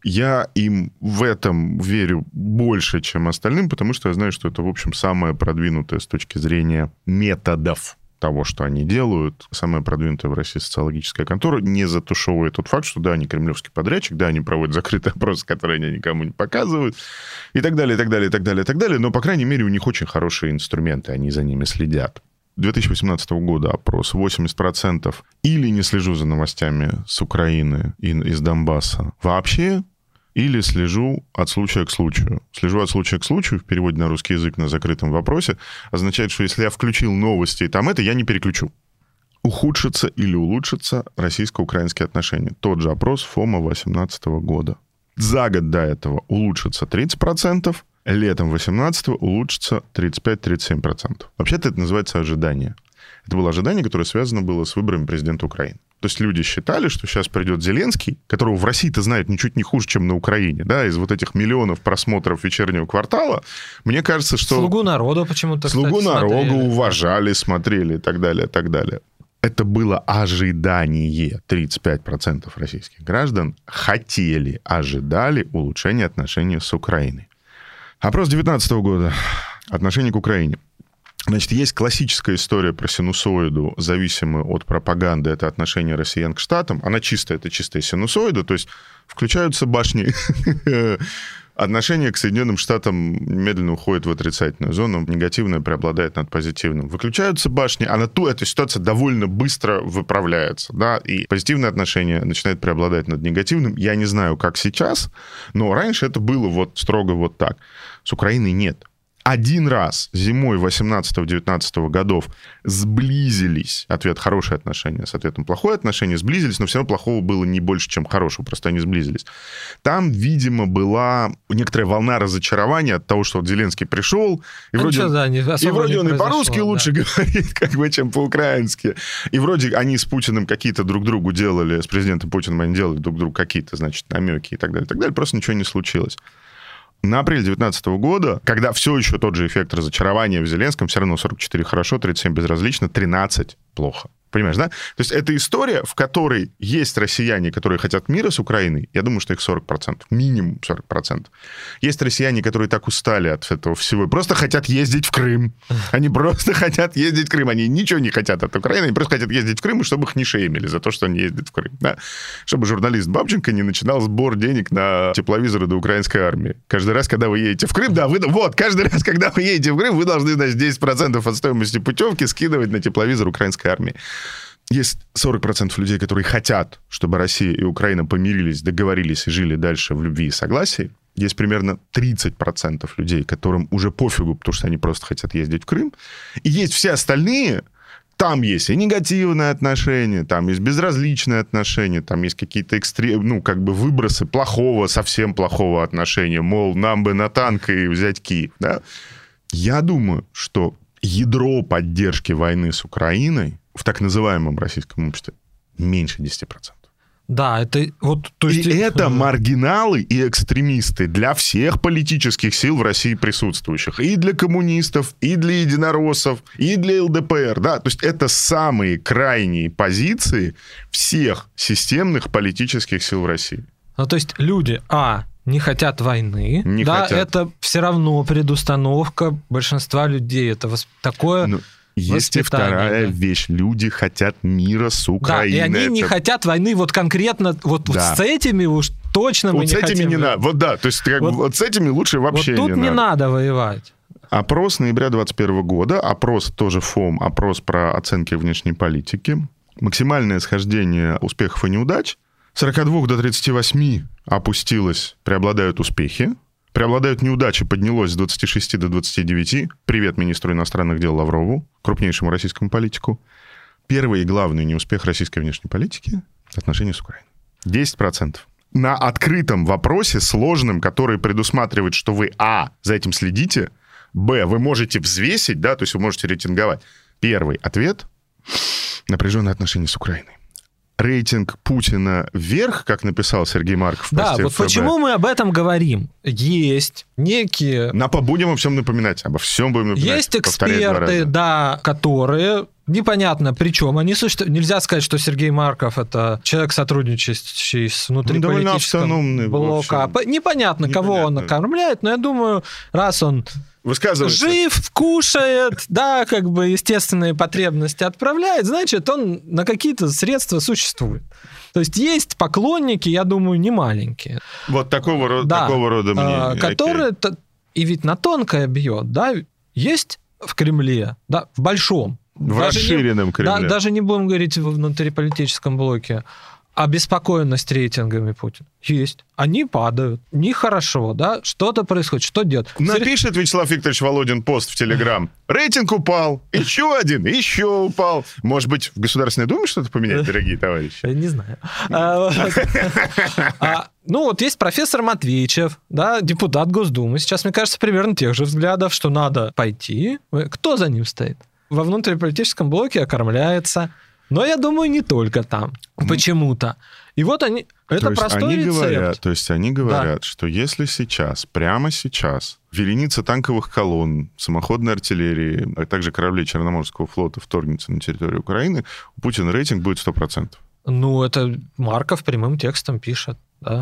Я им в этом верю больше, чем остальным, потому что я знаю, что это, в общем, самое продвинутое с точки зрения методов того, что они делают, самая продвинутая в России социологическая контора, не затушевывает тот факт, что да, они кремлевский подрядчик, да, они проводят закрытые опросы, которые они никому не показывают, и так далее, и так далее, и так далее, и так далее, но, по крайней мере, у них очень хорошие инструменты, они за ними следят. две тысячи восемнадцатого года опрос, восемьдесят процентов или не слежу за новостями с Украины и из Донбасса вообще, или слежу от случая к случаю. Слежу от случая к случаю, в переводе на русский язык на закрытом вопросе, означает, что если я включил новости и там это, я не переключу. Ухудшится или улучшится российско-украинские отношения. Тот же опрос ФОМа две тысячи восемнадцатого года. За год до этого улучшится тридцать процентов, летом две тысячи восемнадцатого улучшится тридцать пять - тридцать семь процентов. Вообще-то это называется ожидание. Это было ожидание, которое связано было с выборами президента Украины. То есть люди считали, что сейчас придет Зеленский, которого в России-то знают ничуть не хуже, чем на Украине, да, из вот этих миллионов просмотров «Вечернего квартала», мне кажется, что... «Слугу народа» почему-то, «Слугу кстати, народа» смотрели. уважали, смотрели и так далее, и так далее. Это было ожидание. тридцать пять процентов российских граждан хотели, ожидали улучшения отношений с Украиной. Опрос две тысячи девятнадцатого года. Отношение к Украине. Значит, есть классическая история про синусоиду, зависимую от пропаганды, это отношение россиян к Штатам. Она чистая, это чистая синусоида, то есть включаются башни. Отношение к Соединенным Штатам медленно уходит в отрицательную зону, негативное преобладает над позитивным. Выключаются башни, а на ту эта ситуация довольно быстро выправляется, да, и позитивное отношение начинает преобладать над негативным. Я не знаю, как сейчас, но раньше это было вот строго вот так. С Украиной нет. Один раз зимой восемнадцатого-девятнадцатого годов сблизились, ответ хорошие отношения, с ответом плохое отношение, сблизились, но все равно плохого было не больше, чем хорошего, просто они сблизились. Там, видимо, была некоторая волна разочарования от того, что вот Зеленский пришел, и ну, вроде, что, да, не, и вроде он и по-русски да. лучше говорит, как бы, чем по-украински. И вроде они с Путиным какие-то друг другу делали, с президентом Путиным они делали друг другу какие-то, значит, намеки и так далее, и так далее, просто ничего не случилось. На апрель две тысячи девятнадцатого года, когда все еще тот же эффект разочарования в Зеленском, все равно сорок четыре хорошо, тридцать семь безразлично, тринадцать плохо. Понимаешь, да? То есть это история, в которой есть россияне, которые хотят мира с Украиной, я думаю, что их сорок процентов, минимум сорок процентов. Есть россияне, которые так устали от этого всего и просто хотят ездить в Крым. Они просто хотят ездить в Крым. Они ничего не хотят от Украины, они просто хотят ездить в Крым, чтобы их не шеймили за то, что они ездят в Крым. Да? Чтобы журналист Бабченко не начинал сбор денег на тепловизоры до украинской армии. Каждый раз, когда вы едете в Крым, да, вы, вот, каждый раз, когда вы едете в Крым, вы должны, значит, десять процентов от стоимости путевки скидывать на тепловизор украинской армии. Есть сорок процентов людей, которые хотят, чтобы Россия и Украина помирились, договорились и жили дальше в любви и согласии. Есть примерно тридцать процентов людей, которым уже пофигу, потому что они просто хотят ездить в Крым. И есть все остальные, там есть и негативное отношение, там есть безразличное отношение, там есть какие-то экстрем, ну, как бы выбросы плохого, совсем плохого отношения, мол, нам бы на танк и взять Киев, да. Я думаю, что ядро поддержки войны с Украиной в так называемом российском обществе меньше десять процентов. Да, это вот... То есть... И это маргиналы и экстремисты для всех политических сил в России присутствующих. И для коммунистов, и для единороссов, и для ЛДПР. Да? То есть это самые крайние позиции всех системных политических сил в России. Ну, то есть люди, а, не хотят войны. Не да, хотят. Это все равно предустановка большинства людей. Это восп... такое... Ну... Есть и вторая да. вещь. Люди хотят мира с Украиной. Да, и они это... не хотят войны вот конкретно вот, да. вот с этими уж точно вот мы не хотим. Вот с этими не надо. Вот да, то есть как вот, вот с этими лучше вообще вот тут не, не надо. надо воевать. Опрос ноября двадцать первого года, опрос тоже ФОМ, опрос про оценки внешней политики. Максимальное схождение успехов и неудач. с сорока двух до тридцати восьми опустилось, преобладают успехи. Преобладают неудачи, поднялось с двадцати шести до двадцати девяти. Привет министру иностранных дел Лаврову, крупнейшему российскому политику. Первый и главный неуспех российской внешней политики — отношения с Украиной. десять процентов. На открытом вопросе, сложном, который предусматривает, что вы, а, за этим следите, б, вы можете взвесить, да, то есть вы можете рейтинговать. Первый ответ Напряженные отношения с Украиной. Рейтинг Путина вверх, как написал Сергей Марков в посте Да, вот ФБ. почему мы об этом говорим. Есть некие... На будем обо всем напоминать, обо всем будем напоминать. Есть эксперты, да, которые... Непонятно, причем они существуют. Нельзя сказать, что Сергей Марков — это человек, сотрудничающий с внутриполитическим ну, блоком. Непонятно, Непонятно, кого он окормляет, но я думаю, раз он жив, кушает, да, как бы естественные потребности отправляет, значит, он на какие-то средства существует. То есть есть поклонники, я думаю, не маленькие. Вот такого, рода, да, такого рода мнения. Которые... Окей. И ведь на тонкое бьет, да, есть в Кремле, да, в большом. В даже расширенном не, Кремле. Да, даже не будем говорить в внутриполитическом блоке. Обеспокоенность рейтингами Путина есть. Они падают. Нехорошо, да? Что-то происходит. Что делать? Напишет Вячеслав Викторович Володин пост в Телеграм. Рейтинг упал. Еще один. Еще упал. Может быть, в Государственной Думе что-то поменять, дорогие товарищи? Я не знаю. Ну, вот есть профессор Матвеичев, да, депутат Госдумы. Сейчас, мне кажется, примерно тех же взглядов, что надо пойти. Кто за ним стоит? Во внутриполитическом блоке окормляется. Но я думаю, не только там. Почему-то. И вот они... Это то есть простой они рецепт. Говорят, то есть они говорят, да. что если сейчас, прямо сейчас, вереница танковых колонн, самоходной артиллерии, а также кораблей Черноморского флота вторгнется на территорию Украины, у Путина рейтинг будет сто процентов. Ну, это Марков прямым текстом пишет, да.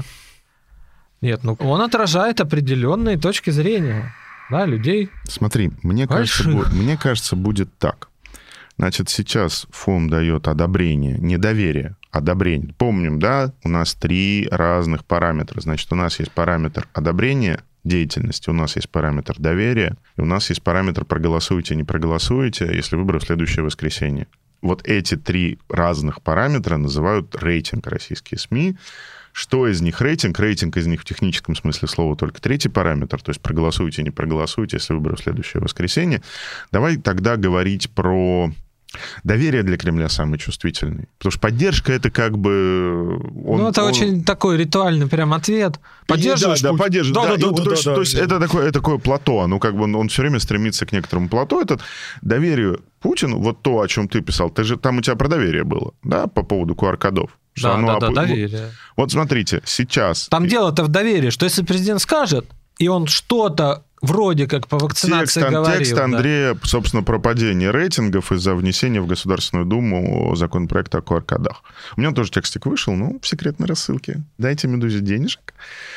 Нет, ну он отражает определенные точки зрения, да, людей. Смотри, мне кажется, будет, мне кажется, будет так. Значит, сейчас ФОМ дает одобрение, не доверие, одобрение. Помним, да, у нас три разных параметра. Значит, у нас есть параметр одобрения деятельности, у нас есть параметр доверия, и у нас есть параметр проголосуете, не проголосуете, если выборы в следующее воскресенье. Вот эти три разных параметра называют рейтинг российские СМИ. Что из них рейтинг? Рейтинг из них в техническом смысле слова только третий параметр, то есть проголосуйте, не проголосуйте, если выборы в следующее воскресенье. Давай тогда говорить про... Доверие для Кремля самый чувствительный. Потому что поддержка — это как бы... Он, ну, это он... очень такой ритуальный прям ответ. Поддерживаешь? Да, да, поддерживаешь. Да, да, да, да, то, да, есть, да, то есть да. Это, такое, это такое плато. Ну, как бы он, он все время стремится к некоторому плато. Это доверие Путину, вот то, о чем ты писал, ты же, там у тебя про доверие было, да, по поводу ку ар-кодов. Да, оно да, оп... да, доверие. Вот смотрите, сейчас... Там дело-то в доверии, что если президент скажет, и он что-то вроде как по вакцинации текст, говорил. Текст Андрея, да. собственно, про падение рейтингов из-за внесения в Государственную Думу законопроекта о ку ар-кодах. У меня тоже текстик вышел, ну, в секретной рассылке. Дайте «Медузе» денежек.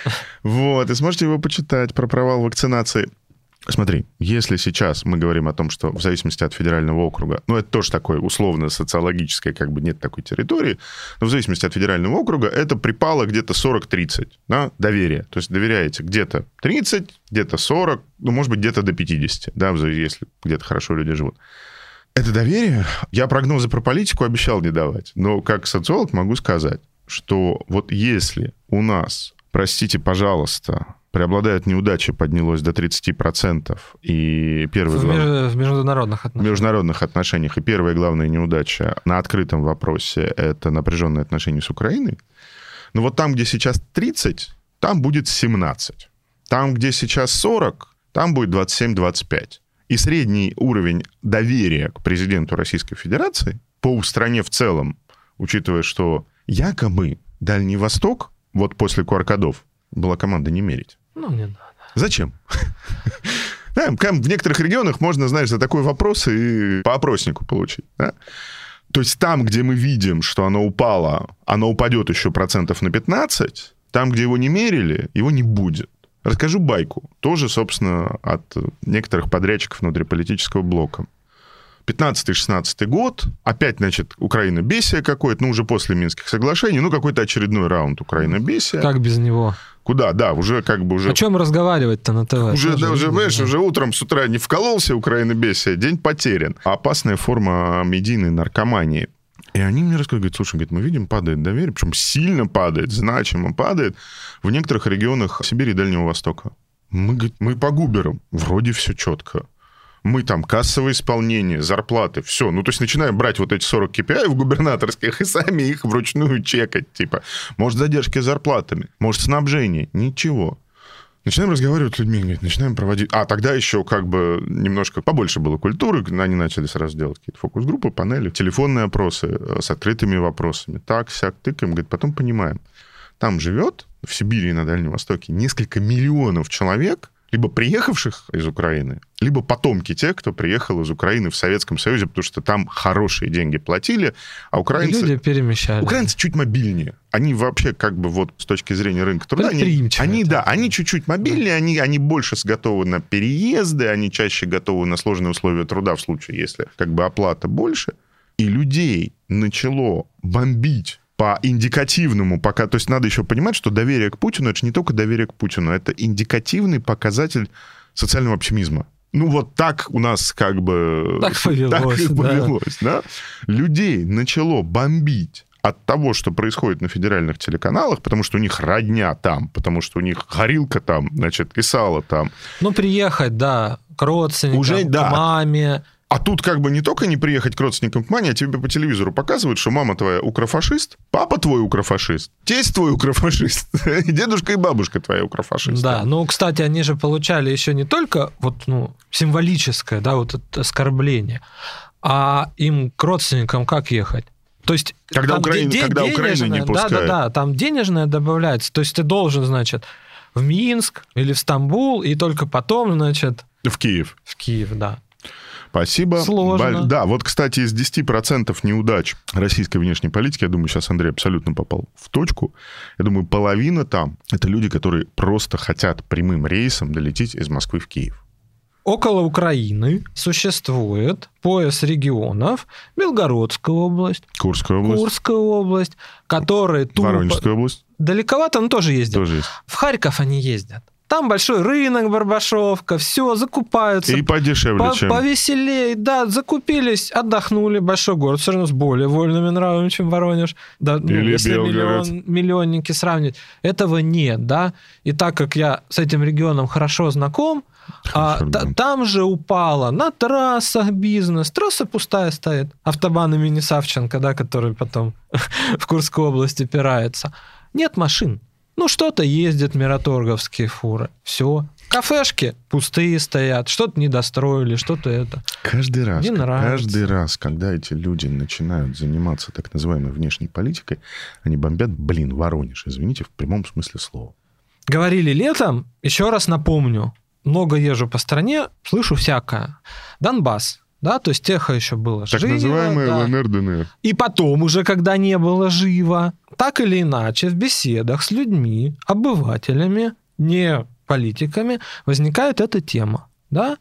Вот, и сможете его почитать про провал вакцинации. Смотри, если сейчас мы говорим о том, что в зависимости от федерального округа, ну, это тоже такое условно-социологическое, как бы нет такой территории, но в зависимости от федерального округа это припало где-то сорок-тридцать, да, доверие. То есть доверяете где-то тридцать, где-то сорок, ну, может быть, где-то до пятидесяти, да, если где-то хорошо люди живут. Это доверие. Я прогнозы про политику обещал не давать, но как социолог могу сказать, что вот если у нас, простите, пожалуйста, преобладают неудачи, поднялось до тридцать процентов. И первый в, глав... в международных отношениях. В международных отношениях. И первая главная неудача на открытом вопросе — это напряженные отношения с Украиной. Но вот там, где сейчас тридцать, там будет семнадцать. Там, где сейчас сорок, там будет двадцать семь - двадцать пять. И средний уровень доверия к президенту Российской Федерации по стране в целом, учитывая, что якобы Дальний Восток, вот после ку ар-кодов, была команда не мерить. Ну, не надо. Зачем? Да, в некоторых регионах можно, знаешь, за такой вопрос и по опроснику получить. Да? То есть там, где мы видим, что оно упало, оно упадет еще процентов на пятнадцать, там, где его не мерили, его не будет. Расскажу байку. Тоже, собственно, от некоторых подрядчиков внутриполитического блока. пятнадцатый-шестнадцатый год, опять, значит, Украина-бесия какой-то, ну, уже после Минских соглашений, ну, какой-то очередной раунд Украина-бесия. Как без него? Куда, да, уже как бы уже... О чем разговаривать-то на ТВ? Уже, да, уже, понимаешь, уже утром с утра не вкололся Украина-бесия, день потерян. Опасная форма медийной наркомании. И они мне рассказывают, говорят, слушай, говорит, мы видим, падает доверие, причем сильно падает, значимо падает в некоторых регионах Сибири и Дальнего Востока. Мы, говорит, мы по губерам, вроде все четко. Мы там кассовое исполнение, зарплаты, все. Ну, то есть начинаем брать вот эти сорок кей пи ай губернаторских и сами их вручную чекать. Типа, может, задержки с зарплатами, может, снабжение. Ничего. Начинаем разговаривать с людьми, говорит, начинаем проводить... А, тогда еще как бы немножко побольше было культуры, они начали сразу делать какие-то фокус-группы, панели, телефонные опросы с открытыми вопросами. Так, сяк, тыкаем, говорит, потом понимаем. Там живет, в Сибири и на Дальнем Востоке, несколько миллионов человек, либо приехавших из Украины, либо потомки тех, кто приехал из Украины в Советском Союзе, потому что там хорошие деньги платили, а украинцы... Люди перемещали. Украинцы чуть мобильнее. Они вообще как бы вот с точки зрения рынка труда... Они, они, да, они чуть-чуть мобильнее, они, они больше готовы на переезды, они чаще готовы на сложные условия труда в случае, если как бы оплата больше. И людей начало бомбить по индикативному пока... То есть надо еще понимать, что доверие к Путину — это же не только доверие к Путину, это индикативный показатель социального оптимизма. Ну, вот так у нас как бы... Так повелось, так и да. повелось, да. Людей начало бомбить от того, что происходит на федеральных телеканалах, потому что у них родня там, потому что у них горилка там, значит, и сало там. Ну, приехать, да, к родственникам, Уже, к да. маме... А тут как бы не только не приехать к родственникам к маме, а тебе по телевизору показывают, что мама твоя укрофашист, папа твой укрофашист, тесть твой укрофашист, дедушка и бабушка твоя укрофашист. Да, ну, кстати, они же получали еще не только вот, ну, символическое, да, вот это оскорбление, а им к родственникам как ехать? То есть когда Украина, де- когда Украина не пускает. Да-да-да, там денежное добавляется. То есть ты должен, значит, в Минск или в Стамбул, и только потом, значит... В Киев. В Киев, да. Спасибо. Сложно. Да, вот, кстати, из десяти процентов неудач российской внешней политики, я думаю, сейчас Андрей абсолютно попал в точку, я думаю, половина там — это люди, которые просто хотят прямым рейсом долететь из Москвы в Киев. Около Украины существует пояс регионов: Белгородская область, Курская область, Курская область, которые тупо... Воронежская область. Далековато, но тоже ездят. Тоже есть. В Харьков они ездят. Там большой рынок, Барбашовка, все, закупаются. И подешевле, по- чем... Повеселее, да, закупились, отдохнули. Большой город все равно с более вольными нравами, чем Воронеж. Да, ну, Или если Белгород. миллион, миллионники сравнить. Этого нет, да. И так как я с этим регионом хорошо знаком, а, та, там же упало на трассах бизнес. Трасса пустая стоит. Автобан имени Савченко, да, который потом в Курской области опирается. Нет машин. Ну, что-то ездят мираторговские фуры. Все. Кафешки пустые стоят. Что-то недостроили, что-то это. Каждый раз, Не нравится. каждый раз, когда эти люди начинают заниматься так называемой внешней политикой, они бомбят, блин, Воронеж, извините, в прямом смысле слова. Говорили летом, еще раз напомню, много езжу по стране, слышу всякое. Донбасс. Да, то есть техо еще было Так живо. называемые да. ЛНР, ДНР. И потом уже, когда не было живо, так или иначе в беседах с людьми, обывателями, не политиками, возникает эта тема, да?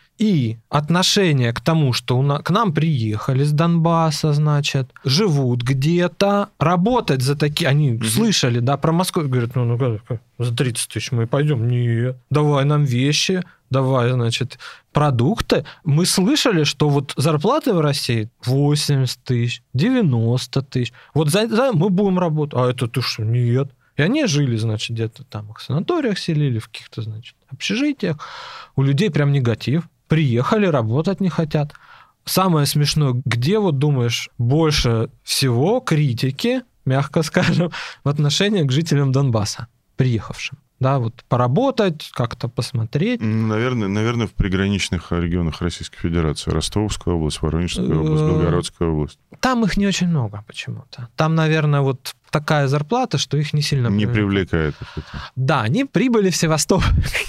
И отношение к тому, что у нас, к нам приехали с Донбасса, значит, живут где-то, работать за такие... Они угу. слышали, да, про Москву, говорят, ну, ну как, за тридцать тысяч мы пойдем. Нет, давай нам вещи, давай, значит, продукты. Мы слышали, что вот зарплаты в России восемьдесят тысяч, девяносто тысяч. Вот за, за мы будем работать. А это ты что? Нет. И они жили, значит, где-то там в санаториях селили, в каких-то, значит, общежитиях. У людей прям негатив. Приехали, работать не хотят. Самое смешное, где, вот думаешь, больше всего критики, мягко скажем, в отношении к жителям Донбасса, приехавшим? Да, вот поработать, как-то посмотреть. Наверное, наверное, в приграничных регионах Российской Федерации. Ростовская область, Воронежская область, Белгородская область. Там их не очень много почему-то. Там, наверное, вот такая зарплата, что их не сильно... Не привлекает. Да, они прибыли в Севастополь.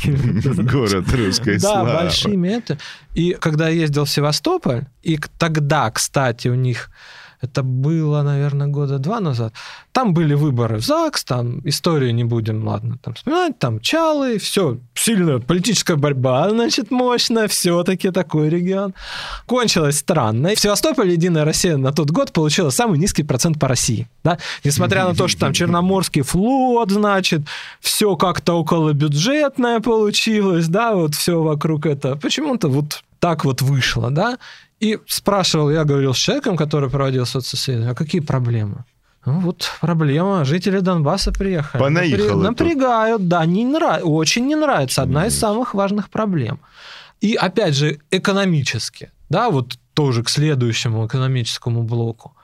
Город русской славы. Да, большими это. И когда я ездил в Севастополь, и тогда, кстати, у них... Это было, наверное, года два назад. Там были выборы в ЗАГС, там историю не будем, ладно, там вспоминать, там Чалы, все, сильная политическая борьба, значит, мощная, все-таки такой регион. Кончилось странно. В Севастополе «Единая Россия» на тот год получила самый низкий процент по России. Да? Несмотря на то, что там Черноморский флот, значит, все как-то околобюджетное получилось, да, вот все вокруг этого. Почему-то вот так вот вышло, да. И спрашивал, я говорил с человеком, который проводил социсследование, а какие проблемы? Ну, вот проблема. Жители Донбасса приехали. Понаехало Напрягают, тут. Да, не нрав... очень не нравится. Одна не из самых важных проблем. И, опять же, экономически. Да, вот тоже к следующему экономическому блоку.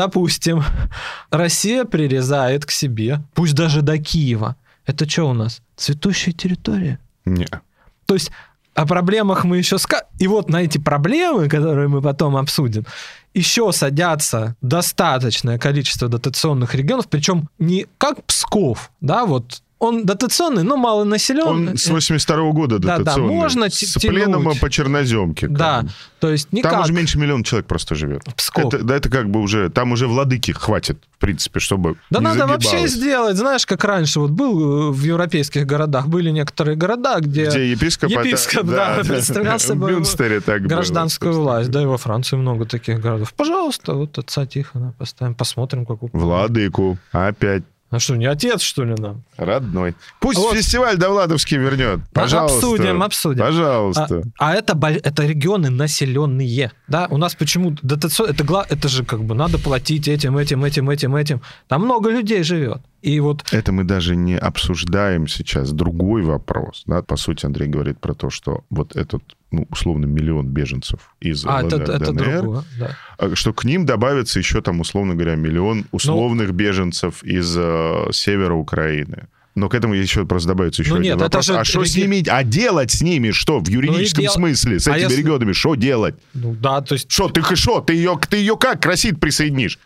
Допустим, Россия прирезает к себе, пусть даже до Киева. Это что у нас? цветущая территория. Не. То есть о проблемах мы еще скажем. И вот на эти проблемы, которые мы потом обсудим, еще садятся достаточное количество дотационных регионов, причем не как Псков, да, вот он дотационный, но малонаселенный. Он с восемьдесят второго года дотационный. Да, да, можно с пленума по черноземке. Да, бы. То есть никак. Там уже меньше миллиона человек просто живет. Псков. Это, да, это как бы уже, там уже владыки хватит, в принципе, чтобы Да не надо загибалось. вообще сделать, знаешь, как раньше вот был в европейских городах, были некоторые города, где... Где епископ, епископ да, да, представлял собой в Мюнстере так гражданскую было, власть. Да, и во Франции много таких городов. Пожалуйста, вот отца Тихона поставим, посмотрим, как... Владыку, опять. А что, не отец, что ли, нам? Родной. Пусть вот. Фестиваль Довладовский вернет. Пожалуйста. Обсудим, обсудим. Пожалуйста. А, а это, это регионы населенные. Да? У нас почему... дотацион- это, гла- это же как бы надо платить этим, этим, этим, этим, этим. Там много людей живет. И вот... Это мы даже не обсуждаем сейчас. Другой вопрос. Да? По сути, Андрей говорит про то, что вот этот, ну, условно, миллион беженцев из а, ЛНР, это, это ДНР, другое, да. что к ним добавится еще, там, условно говоря, миллион условных ну, беженцев из э, севера Украины. Но к этому еще просто добавится еще ну, один нет, вопрос. Это же а что реги... с ними? А делать с ними что? В юридическом ну, дел... смысле? С а этими если... регионами? Что делать? Ну да, то есть... Что? Ты что? Ты ее, ты ее как к России присоединишь?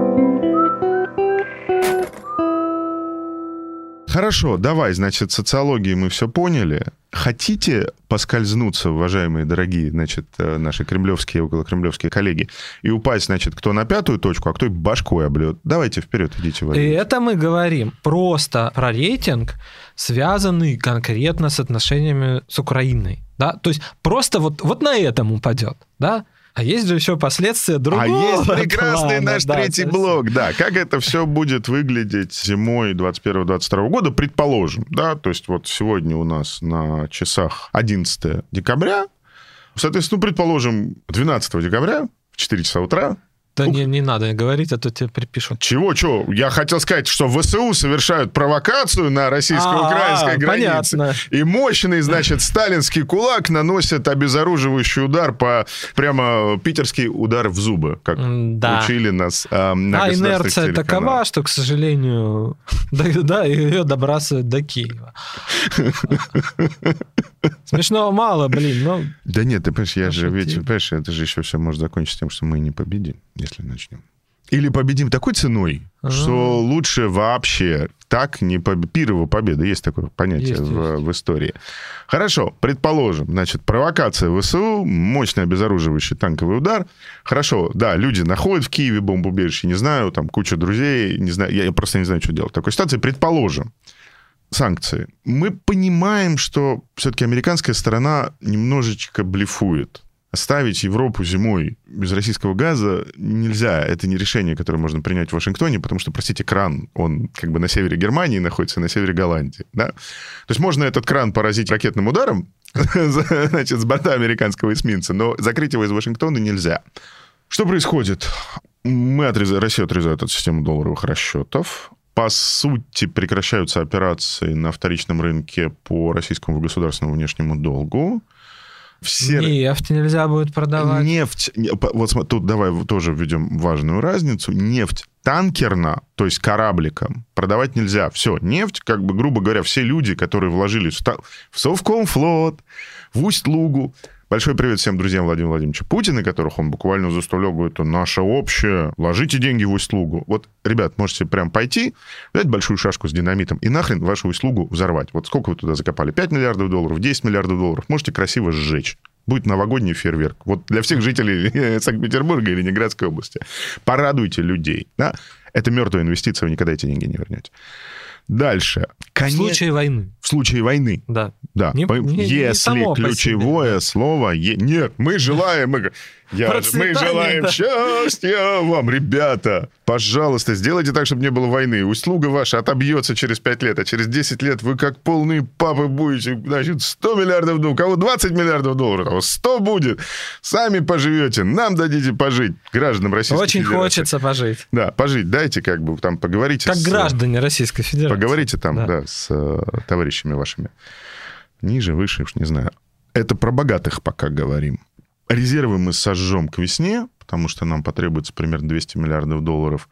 Хорошо, давай, значит, социологии мы все поняли. Хотите поскользнуться, уважаемые, дорогие, значит, наши кремлевские, околокремлевские коллеги, и упасть, значит, кто на пятую точку, а кто и башкой облет? Давайте вперед, идите. И это мы говорим просто про рейтинг, связанный конкретно с отношениями с Украиной. Да? То есть просто вот, вот на этом упадет, да? А есть же еще последствия другого. А есть прекрасный плана, наш да, третий есть... блок, да. Как это все будет выглядеть зимой двадцать первого - двадцать второго года, предположим, да. То есть вот сегодня у нас на часах одиннадцатое декабря. Соответственно, предположим, двенадцатого декабря в четыре часа утра. Да не, не надо говорить, а то тебе припишут. Чего, чего? Я хотел сказать, что ВСУ совершают провокацию на российско-украинской границе. Понятно. И мощный, значит, сталинский кулак наносит обезоруживающий удар по... Прямо питерский удар в зубы, как да. учили нас э, на а государственных инерция такова, что, к сожалению, да, да, ее добрасывают до Киева. Смешного мало, блин, но... Да нет, ты понимаешь, я же ведь, понимаешь, это же еще все может закончиться тем, что мы не победим, если начнем. Или победим такой ценой, ага. что лучше вообще так не победить. Пирова победа, есть такое понятие есть, в, есть. в истории. Хорошо, предположим, значит, провокация ВСУ, мощный обезоруживающий танковый удар. Хорошо, да, люди находят в Киеве бомбоубежище, не знаю, там куча друзей, не знаю, я просто не знаю, что делать в такой ситуации. Предположим, санкции. Мы понимаем, что все-таки американская сторона немножечко блефует. Оставить Европу зимой без российского газа нельзя. Это не решение, которое можно принять в Вашингтоне, потому что, простите, кран, он как бы на севере Германии находится, на севере Голландии. Да? То есть можно этот кран поразить ракетным ударом, значит, с борта американского эсминца, но закрыть его из Вашингтона нельзя. Что происходит? Мы отрезаем, Россия отрезает от системы долларовых расчетов. По сути, прекращаются операции на вторичном рынке по российскому государственному внешнему долгу. Все... Нефть нельзя будет продавать. Нефть, вот тут давай тоже введем важную разницу. Нефть танкерно, то есть корабликом, продавать нельзя. Все, нефть, как бы, грубо говоря, все люди, которые вложились в Совкомфлот, в Усть-Лугу. Большой привет всем друзьям Владимира Владимировича Путина, которых он буквально заставлял, говорит, это наше общее, вложите деньги в Усть-Лугу. Вот, ребят, можете прям пойти, взять большую шашку с динамитом и нахрен вашу Усть-Лугу взорвать. Вот сколько вы туда закопали? пять миллиардов долларов, десять миллиардов долларов. Можете красиво сжечь. Будет новогодний фейерверк. Вот для всех жителей Санкт-Петербурга и Ленинградской области. Порадуйте людей. Да? Это мертвая инвестиция, вы никогда эти деньги не вернете. Дальше. Конец... В случае войны. В случае войны. Да. Да. Не, не, Если не ключевое себе, да. слово... Е... Нет, мы желаем... Мы, Я... мы желаем да. счастья вам, ребята. Пожалуйста, сделайте так, чтобы не было войны. Услуга ваша отобьется через пять лет, а через десять лет вы как полные папы будете. Значит, сто миллиардов долларов. У кого двадцать миллиардов долларов, у кого сто будет. Сами поживете. Нам дадите пожить, гражданам Российской Очень Федерации. Очень хочется пожить. Да, пожить. Дайте как бы там поговорите. Как с... граждане Российской Федерации. Поговорите там, да, да с э, товарищами вашими. Ниже, выше, уж не знаю. Это про богатых пока говорим. Резервы мы сожжем к весне, потому что нам потребуется примерно двести миллиардов долларов.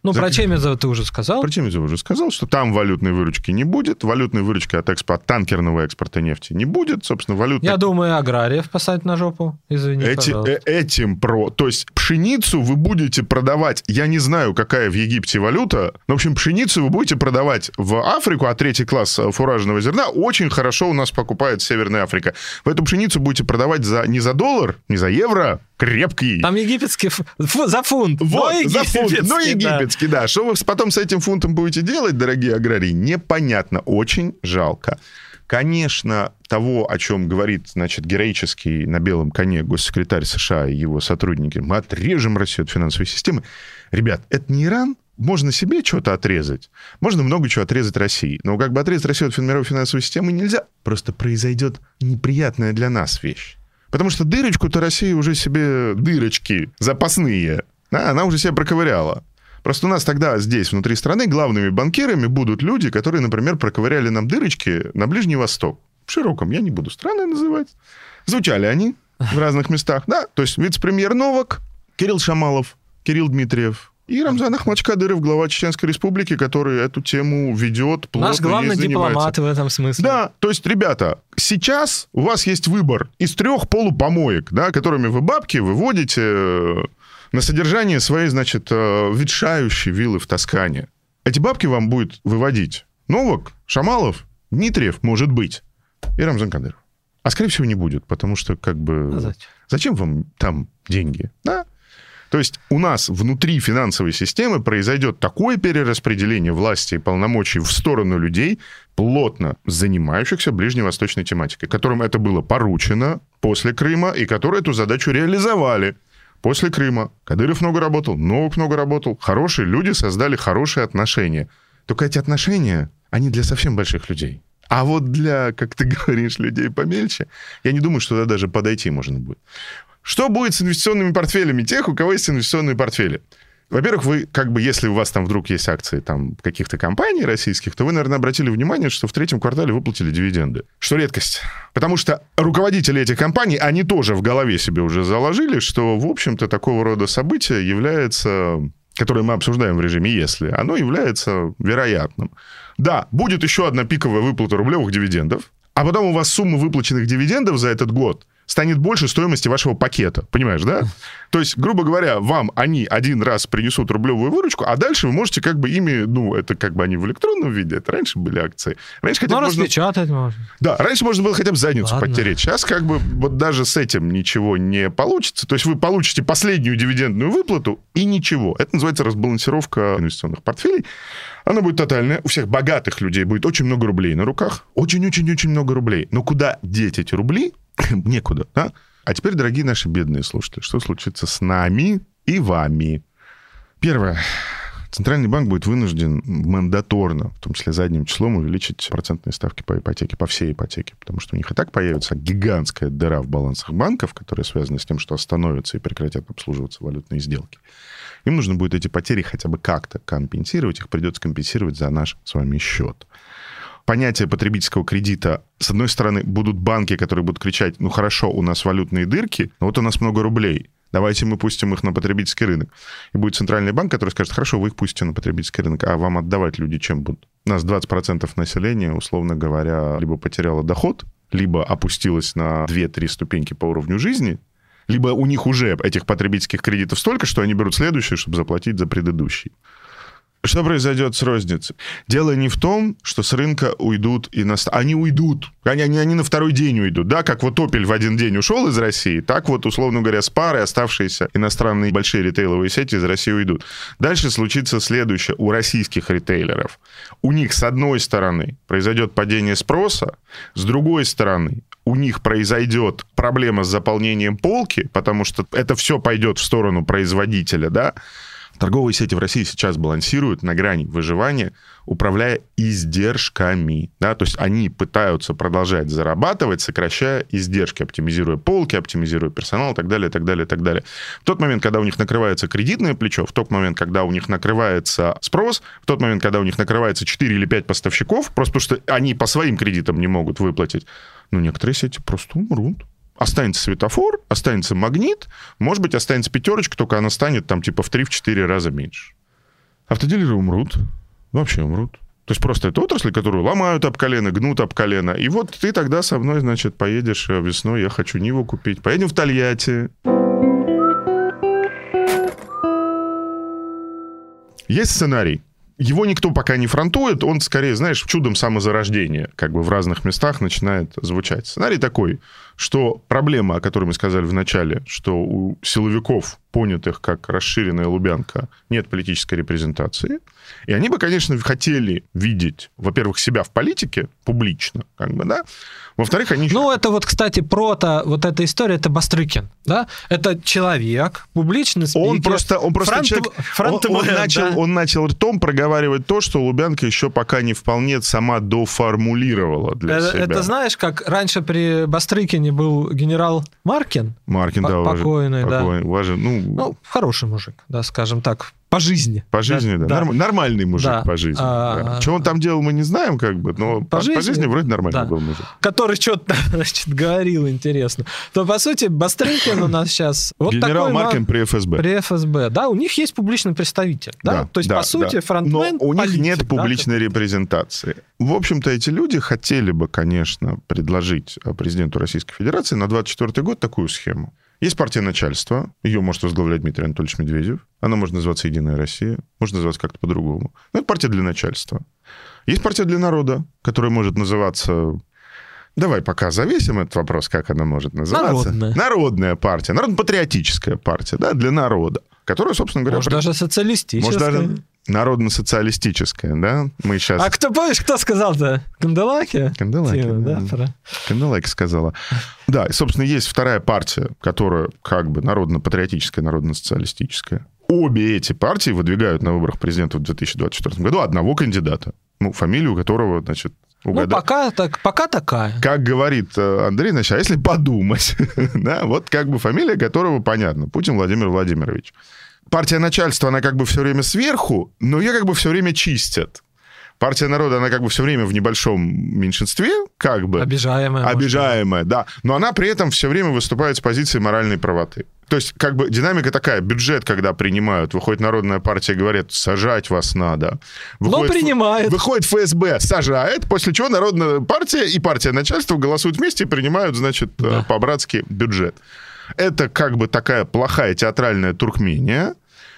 Ну, За... про Чемезова ты уже сказал. Про Чемезова уже сказал, что там валютной выручки не будет, валютной выручки от экспорта, от танкерного экспорта нефти не будет, собственно, валютной... Я думаю, аграриев посадить на жопу, извини, Эти, пожалуйста. Э, этим про... То есть пшеницу вы будете продавать, я не знаю, какая в Египте валюта, но, в общем, пшеницу вы будете продавать в Африку, а третий класс фуражного зерна очень хорошо у нас покупает Северная Африка. Вы эту пшеницу будете продавать за, не за доллар, не за евро, крепкий. Там египетский фу, за фунт. Вот, но за фунт, но египетский, да. да. Что вы потом с этим фунтом будете делать, дорогие аграрии, непонятно. Очень жалко. Конечно, того, о чем говорит, значит, героический на белом коне госсекретарь США и его сотрудники, мы отрежем Россию от финансовой системы. Ребят, это не Иран. Можно себе что-то отрезать. Можно много чего отрезать России. Но как бы отрезать Россию от мировой финансовой системы нельзя. Просто произойдет неприятная для нас вещь. Потому что дырочку-то Россия уже себе, дырочки запасные, да, она уже себе проковыряла. Просто у нас тогда здесь, внутри страны, главными банкирами будут люди, которые, например, проковыряли нам дырочки на Ближний Восток. В широком, я не буду страны называть. Звучали они в разных местах, да. То есть вице-премьер Новак, Кирилл Шамалов, Кирилл Дмитриев и Рамзан Ахмадж-Кадыров, глава Чеченской Республики, который эту тему ведет плотно. Наш главный и занимается. Дипломат в этом смысле. Да, то есть, ребята, сейчас у вас есть выбор из трех полупомоек, да, которыми вы бабки выводите на содержание своей, значит, ветшающей виллы в Тоскане. Эти бабки вам будет выводить Новак, Шамалов, Дмитриев, может быть, и Рамзан Кадыров. А, скорее всего, не будет, потому что, как бы... А зачем? Зачем вам там деньги? Да? То есть у нас внутри финансовой системы произойдет такое перераспределение власти и полномочий в сторону людей, плотно занимающихся ближневосточной тематикой, которым это было поручено после Крыма, и которые эту задачу реализовали после Крыма. Кадыров много работал, Новак много работал. Хорошие люди создали хорошие отношения. Только эти отношения, они для совсем больших людей. А вот для, как ты говоришь, людей помельче, я не думаю, что туда даже подойти можно будет. Что будет с инвестиционными портфелями тех, у кого есть инвестиционные портфели? Во-первых, вы, как бы, если у вас там вдруг есть акции там, каких-то компаний российских, то вы, наверное, обратили внимание, что в третьем квартале выплатили дивиденды. Что редкость. Потому что руководители этих компаний, они тоже в голове себе уже заложили, что, в общем-то, такого рода событие является, которое мы обсуждаем в режиме «если», оно является вероятным. Да, будет еще одна пиковая выплата рублевых дивидендов, а потом у вас сумма выплаченных дивидендов за этот год станет больше стоимости вашего пакета. Понимаешь, да? То есть, грубо говоря, вам они один раз принесут рублевую выручку, а дальше вы можете как бы ими, ну, это как бы они в электронном виде, это раньше были акции. Раньше хотя бы ну, можно... распечатать можно. Да, раньше можно было хотя бы задницу Ладно. подтереть. Сейчас как бы вот даже с этим ничего не получится. То есть вы получите последнюю дивидендную выплату и ничего. Это называется разбалансировка инвестиционных портфелей. Она будет тотальная. У всех богатых людей будет очень много рублей на руках. Очень-очень-очень много рублей. Но куда деть эти рубли? Некуда, да? А теперь, дорогие наши бедные слушатели, что случится с нами и вами? Первое. Центральный банк будет вынужден мандаторно, в том числе задним числом, увеличить процентные ставки по ипотеке, по всей ипотеке, потому что у них и так появится гигантская дыра в балансах банков, которая связана с тем, что остановятся и прекратят обслуживаться валютные сделки. Им нужно будет эти потери хотя бы как-то компенсировать, их придется компенсировать за наш с вами счет. Понятие потребительского кредита, с одной стороны, будут банки, которые будут кричать, ну хорошо, у нас валютные дырки, но вот у нас много рублей, давайте мы пустим их на потребительский рынок. И будет центральный банк, который скажет, хорошо, вы их пустите на потребительский рынок, а вам отдавать люди чем будут? У нас двадцать процентов населения, условно говоря, либо потеряло доход, либо опустилось на две-три ступеньки по уровню жизни, либо у них уже этих потребительских кредитов столько, что они берут следующий, чтобы заплатить за предыдущий. Что произойдет с розницей? Дело не в том, что с рынка уйдут иностранцы. Они уйдут. Они, они, они на второй день уйдут. Да, как вот Opel в один день ушел из России, так вот, условно говоря, Spar и оставшиеся иностранные большие ритейловые сети из России уйдут. Дальше случится следующее. У российских ритейлеров. У них, с одной стороны, произойдет падение спроса, с другой стороны, у них произойдет проблема с заполнением полки, потому что это все пойдет в сторону производителя, да. Торговые сети в России сейчас балансируют на грани выживания, управляя издержками. Да? То есть они пытаются продолжать зарабатывать, сокращая издержки, оптимизируя полки, оптимизируя персонал и так далее, и так далее, и так далее. В тот момент, когда у них накрывается кредитное плечо, в тот момент, когда у них накрывается спрос, в тот момент, когда у них накрывается четыре или пять поставщиков, просто потому что они по своим кредитам не могут выплатить, ну, некоторые сети просто умрут. Останется светофор, останется магнит, может быть, останется пятерочка, только она станет там типа в три-четыре раза меньше. Автодилеры умрут, вообще умрут. То есть просто это отрасль, которую ломают об колено, гнут об колено. И вот ты тогда со мной, значит, поедешь весной, я хочу Ниву купить. Поедем в Тольятти. Есть сценарий. Его никто пока не фронтует, он скорее, знаешь, чудом самозарождения, как бы в разных местах начинает звучать. Сценарий такой, что проблема, о которой мы сказали в начале, что у силовиков, понятых как расширенная Лубянка, нет политической репрезентации, и они бы, конечно, хотели видеть, во-первых, себя в политике публично, как бы, да, во-вторых, они... Ну, это вот, кстати, прото, вот эта история, это Бастрыкин, да? Это человек, публичный спикер. Он просто, он просто фронт, человек... Фронт, он, он, да. начал, он начал ртом проговаривать то, что Лубянка еще пока не вполне сама доформулировала для это, себя. Это знаешь, как раньше при Бастрыкине был генерал Маркин? Маркин, да, покойный, да. Покойный, важен, ну... ну, хороший мужик, да, скажем так. По жизни. По жизни, да. да. Норм, нормальный мужик да. по жизни. А, да. Что он там делал, мы не знаем, как бы, но по, по, жизни, по жизни вроде нормальный да. был мужик. Который что-то, значит, говорил, интересно. То, по сути, Бастрыкин у нас сейчас... Вот генерал такой, Маркин при эф эс бэ. При эф эс бэ, да, у них есть публичный представитель, да? да То есть, да, по сути, да. фронтмен Но у них политик, нет публичной да? репрезентации. В общем-то, эти люди хотели бы, конечно, предложить президенту Российской Федерации на двадцать четвёртый год такую схему. Есть партия начальства, ее может возглавлять Дмитрий Анатольевич Медведев, она может называться «Единая Россия», может называться как-то по-другому. Но это партия для начальства. Есть партия для народа, которая может называться... Давай пока завесим этот вопрос, как она может называться. Народная. Народная партия, народно-патриотическая партия, да, для народа, которая, собственно говоря... Может, при... даже социалистическая. Может, даже народно-социалистическая, да? Мы сейчас... А кто, помнишь, кто сказал-то? Канделаки? Канделаки, Тема, да. да, про... Канделаки сказала. Да, и, собственно, есть вторая партия, которая как бы народно-патриотическая, народно-социалистическая. Обе эти партии выдвигают на выборах президента в две тысячи двадцать четвёртом году одного кандидата, ну, фамилию которого, значит, угадать. Ну, пока, так, пока такая. Как говорит Андрей, значит, а если подумать, да, вот как бы фамилия которого понятна, Путин Владимир Владимирович. Партия начальства, она как бы все время сверху, но ее как бы все время чистят. Партия народа, она как бы все время в небольшом меньшинстве, как бы. Обижаемая. Обижаемая, да. Но она при этом все время выступает с позиции моральной правоты. То есть, как бы, динамика такая. Бюджет, когда принимают, выходит Народная партия, говорит, сажать вас надо. Выходит, но принимает. Выходит эф эс бэ, сажает, после чего Народная партия и партия начальства голосуют вместе и принимают, значит, да. по-братски бюджет. Это как бы такая плохая театральная туркмения.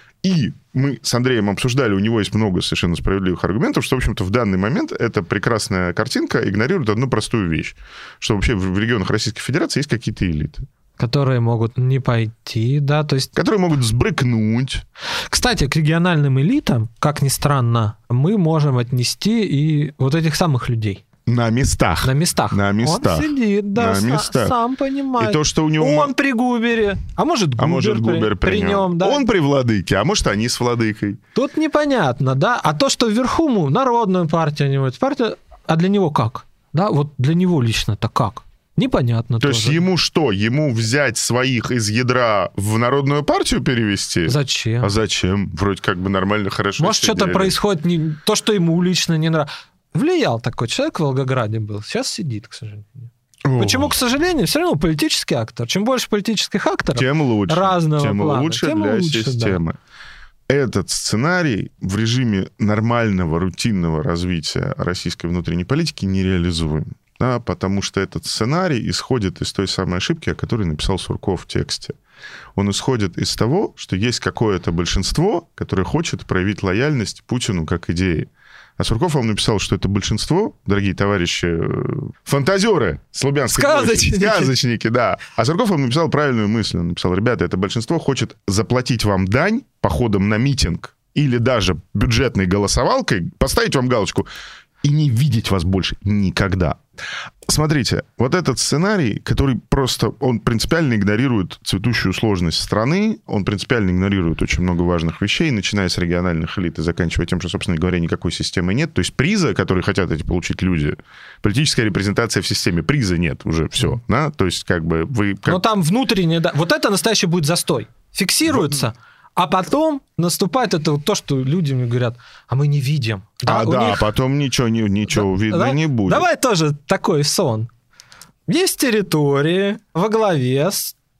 И мы с Андреем обсуждали, у него есть много совершенно справедливых аргументов, что, в общем-то, в данный момент эта прекрасная картинка игнорирует одну простую вещь, что вообще в регионах Российской Федерации есть какие-то элиты. Которые могут не пойти, да, то есть... Которые могут сбрыкнуть. Кстати, к региональным элитам, как ни странно, мы можем отнести и вот этих самых людей. На местах. На местах. На местах. Он сидит, да, на са- местах. сам понимает. И то, что у него... Он при Губере, а может Губер, а может, Губер при, при нем. нем. Да. Он при владыке, а может, они с владыкой. Тут непонятно, да. А то, что вверху ему Народную партию, у него партия, а для него как? Да, вот для него лично-то как? Непонятно. То тоже. есть ему что? Ему взять своих из ядра в Народную партию перевести? Зачем? А зачем? Вроде как бы нормально, хорошо. Может, сидели. что-то происходит, не... то, что ему лично не нравится. Влиял такой человек в Волгограде был. Сейчас сидит, к сожалению. О. Почему, к сожалению? Все равно политический актор. Чем больше политических акторов тем лучше. разного тем плана, лучше тем для лучше, системы. Да. Этот сценарий в режиме нормального, рутинного развития российской внутренней политики нереализуем. Да, потому что этот сценарий исходит из той самой ошибки, о которой написал Сурков в тексте. Он исходит из того, что есть какое-то большинство, которое хочет проявить лояльность Путину как идее. А Сурков вам написал, что это большинство, дорогие товарищи, фантазеры с Лубянской площади. Сказочники, да. А Сурков вам написал правильную мысль. Он написал, ребята, это большинство хочет заплатить вам дань походом на митинг или даже бюджетной голосовалкой, поставить вам галочку и не видеть вас больше никогда. Смотрите, вот этот сценарий, который просто, он принципиально игнорирует цветущую сложность страны, он принципиально игнорирует очень много важных вещей, начиная с региональных элит и заканчивая тем, что, собственно говоря, никакой системы нет. То есть приза, который хотят эти получить люди, политическая репрезентация в системе, приза нет уже, все. Да? То есть как бы вы... Как... Но там внутренне, да, вот это настоящий будет застой. Фиксируется... А потом наступает это вот то, что люди мне говорят, а мы не видим. Да, а да, них... потом ничего, ничего да, видно да? не будет. Давай тоже такой сон. Есть территории во главе с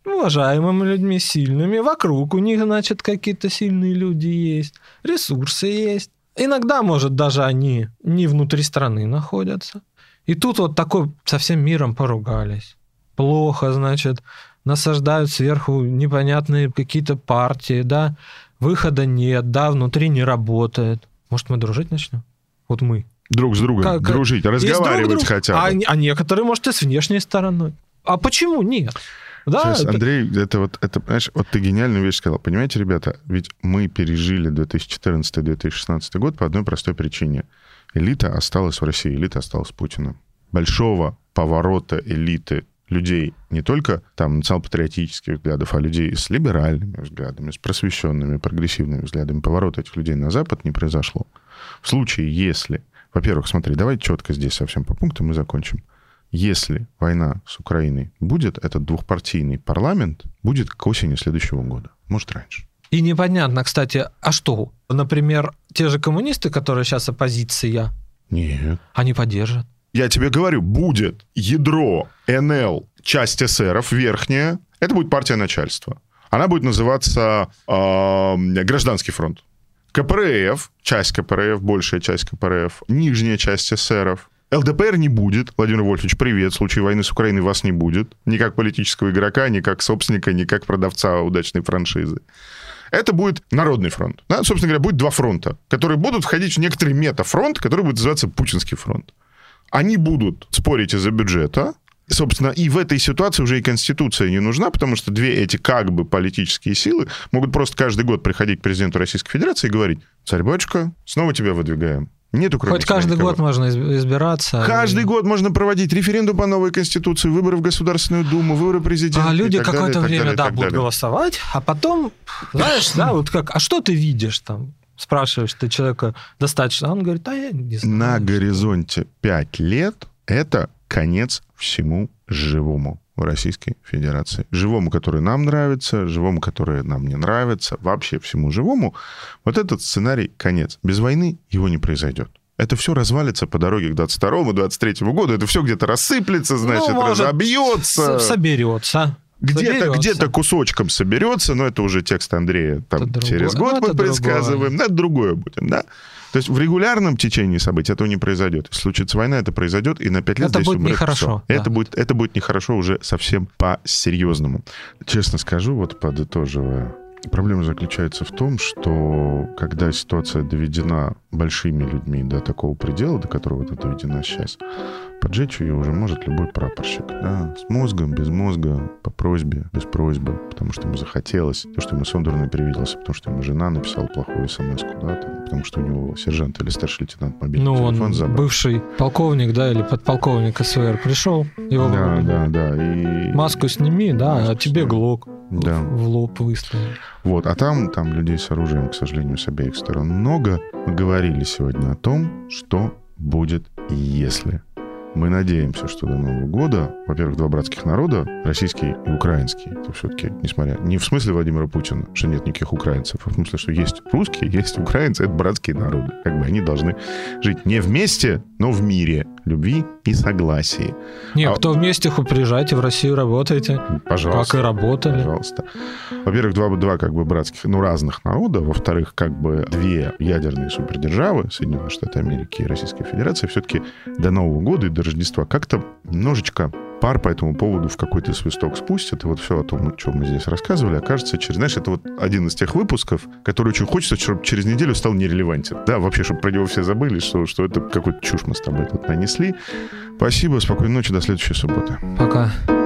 уважаемыми людьми, сильными. Вокруг у них, значит, какие-то сильные люди есть, ресурсы есть. Иногда, может, даже они не внутри страны находятся. И тут вот такой со всем миром поругались. Плохо, значит, насаждают сверху непонятные какие-то партии, да, выхода нет, да, внутри не работает. Может, мы дружить начнем? Вот мы. Друг с другом как, дружить, разговаривать друг друг, хотя бы. А, а некоторые, может, и с внешней стороны. А почему нет? Да, Сейчас, это... Андрей, это вот, это, понимаешь, вот ты гениальную вещь сказал. Понимаете, ребята, ведь мы пережили две тысячи четырнадцатый - две тысячи шестнадцатый год по одной простой причине. Элита осталась в России, элита осталась с Путиным. Большого поворота элиты людей не только там национал-патриотических взглядов, а людей с либеральными взглядами, с просвещенными, прогрессивными взглядами. Поворота этих людей на Запад не произошло. В случае, если... Во-первых, смотри, давай четко здесь совсем по пунктам и закончим. Если война с Украиной будет, этот двухпартийный парламент будет к осени следующего года. Может, раньше. И непонятно, кстати, а что? Например, те же коммунисты, которые сейчас оппозиция, Нет. они поддержат. Я тебе говорю, будет ядро эн эл, часть эсеров, верхняя, это будет партия начальства. Она будет называться э, Гражданский фронт. ка пэ эр эф, часть ка пэ эр эф, большая часть ка пэ эр эф, нижняя часть эсеров. эл дэ пэ эр не будет. Владимир Вольфович, привет. В случае войны с Украиной вас не будет. Ни как политического игрока, ни как собственника, ни как продавца удачной франшизы. Это будет Народный фронт. Да? Собственно говоря, будет два фронта, которые будут входить в некоторый метафронт, который будет называться Путинский фронт. Они будут спорить из-за бюджета. Собственно, и в этой ситуации уже и Конституция не нужна, потому что две эти как бы политические силы могут просто каждый год приходить к президенту Российской Федерации и говорить: «Царь-батюшка, снова тебя выдвигаем». Нету, кроме Хоть каждый никого. год можно избираться. Каждый и... год можно проводить референдум по новой Конституции, выборы в Государственную Думу, выборы президента. А люди далее, какое-то время, далее, да, будут далее. голосовать, а потом, знаешь, да, вот как, а что ты видишь там? Спрашиваешь ты человека достаточно, а он говорит, а я не знаю. На горизонте пять лет это конец всему живому в Российской Федерации. Живому, который нам нравится, живому, который нам не нравится, вообще всему живому. Вот этот сценарий конец. Без войны его не произойдет. Это все развалится по дороге к двадцать второму - двадцать третьему году. Это все где-то рассыплется, значит, ну, может, разобьется. Соберется. Где-то, где-то кусочком соберется, но это уже текст Андрея там, через год мы предсказываем. Это другое будет, да? То есть в регулярном течении событий этого не произойдет. Если случится война, это произойдет, и на пять лет это здесь будет умрет нехорошо. Да. Да. Это, будет, это будет нехорошо уже совсем по-серьезному. Честно скажу, вот подытоживая, проблема заключается в том, что когда ситуация доведена большими людьми до такого предела, до которого это доведена сейчас, поджечь ее уже может любой прапорщик. Да? С мозгом, без мозга, по просьбе, без просьбы, потому что ему захотелось, потому что ему сон дурной привиделся, потому что ему жена написала плохую смс-ку, да, там, потому что у него сержант или старший лейтенант мобильный ну, телефон он забрал. Бывший полковник, да, или подполковник эс вэ эр пришел, его да, да, да, и... маску сними, да, маску а тебе сними. глок да. в, в лоб выставил. Вот, а там, там людей с оружием, к сожалению, с обеих сторон много. Мы говорили сегодня о том, что будет, если... Мы надеемся, что до Нового года, во-первых, два братских народа, российский и украинский, это все-таки, несмотря, не в смысле Владимира Путина, что нет никаких украинцев, а в смысле, что есть русские, есть украинцы, это братские народы. Как бы они должны жить не вместе, но в мире, любви и согласии. Не, а... кто вместе, хоть приезжайте в Россию, работайте. Пожалуйста. Как и работали. Пожалуйста. Во-первых, два, два как бы братских, ну, разных народа. Во-вторых, как бы две ядерные супердержавы, Соединенные Штаты Америки и Российская Федерация, все-таки до Нового года и до Рождества как-то немножечко пар по этому поводу в какой-то свисток спустят. И вот все о том, о чем мы здесь рассказывали, окажется через... Знаешь, это вот один из тех выпусков, который очень хочется, чтобы через неделю стал нерелевантен. Да, вообще, чтобы про него все забыли, что, что это какой-то чушь мы с тобой тут нанесли. Спасибо, спокойной ночи, до следующей субботы. Пока.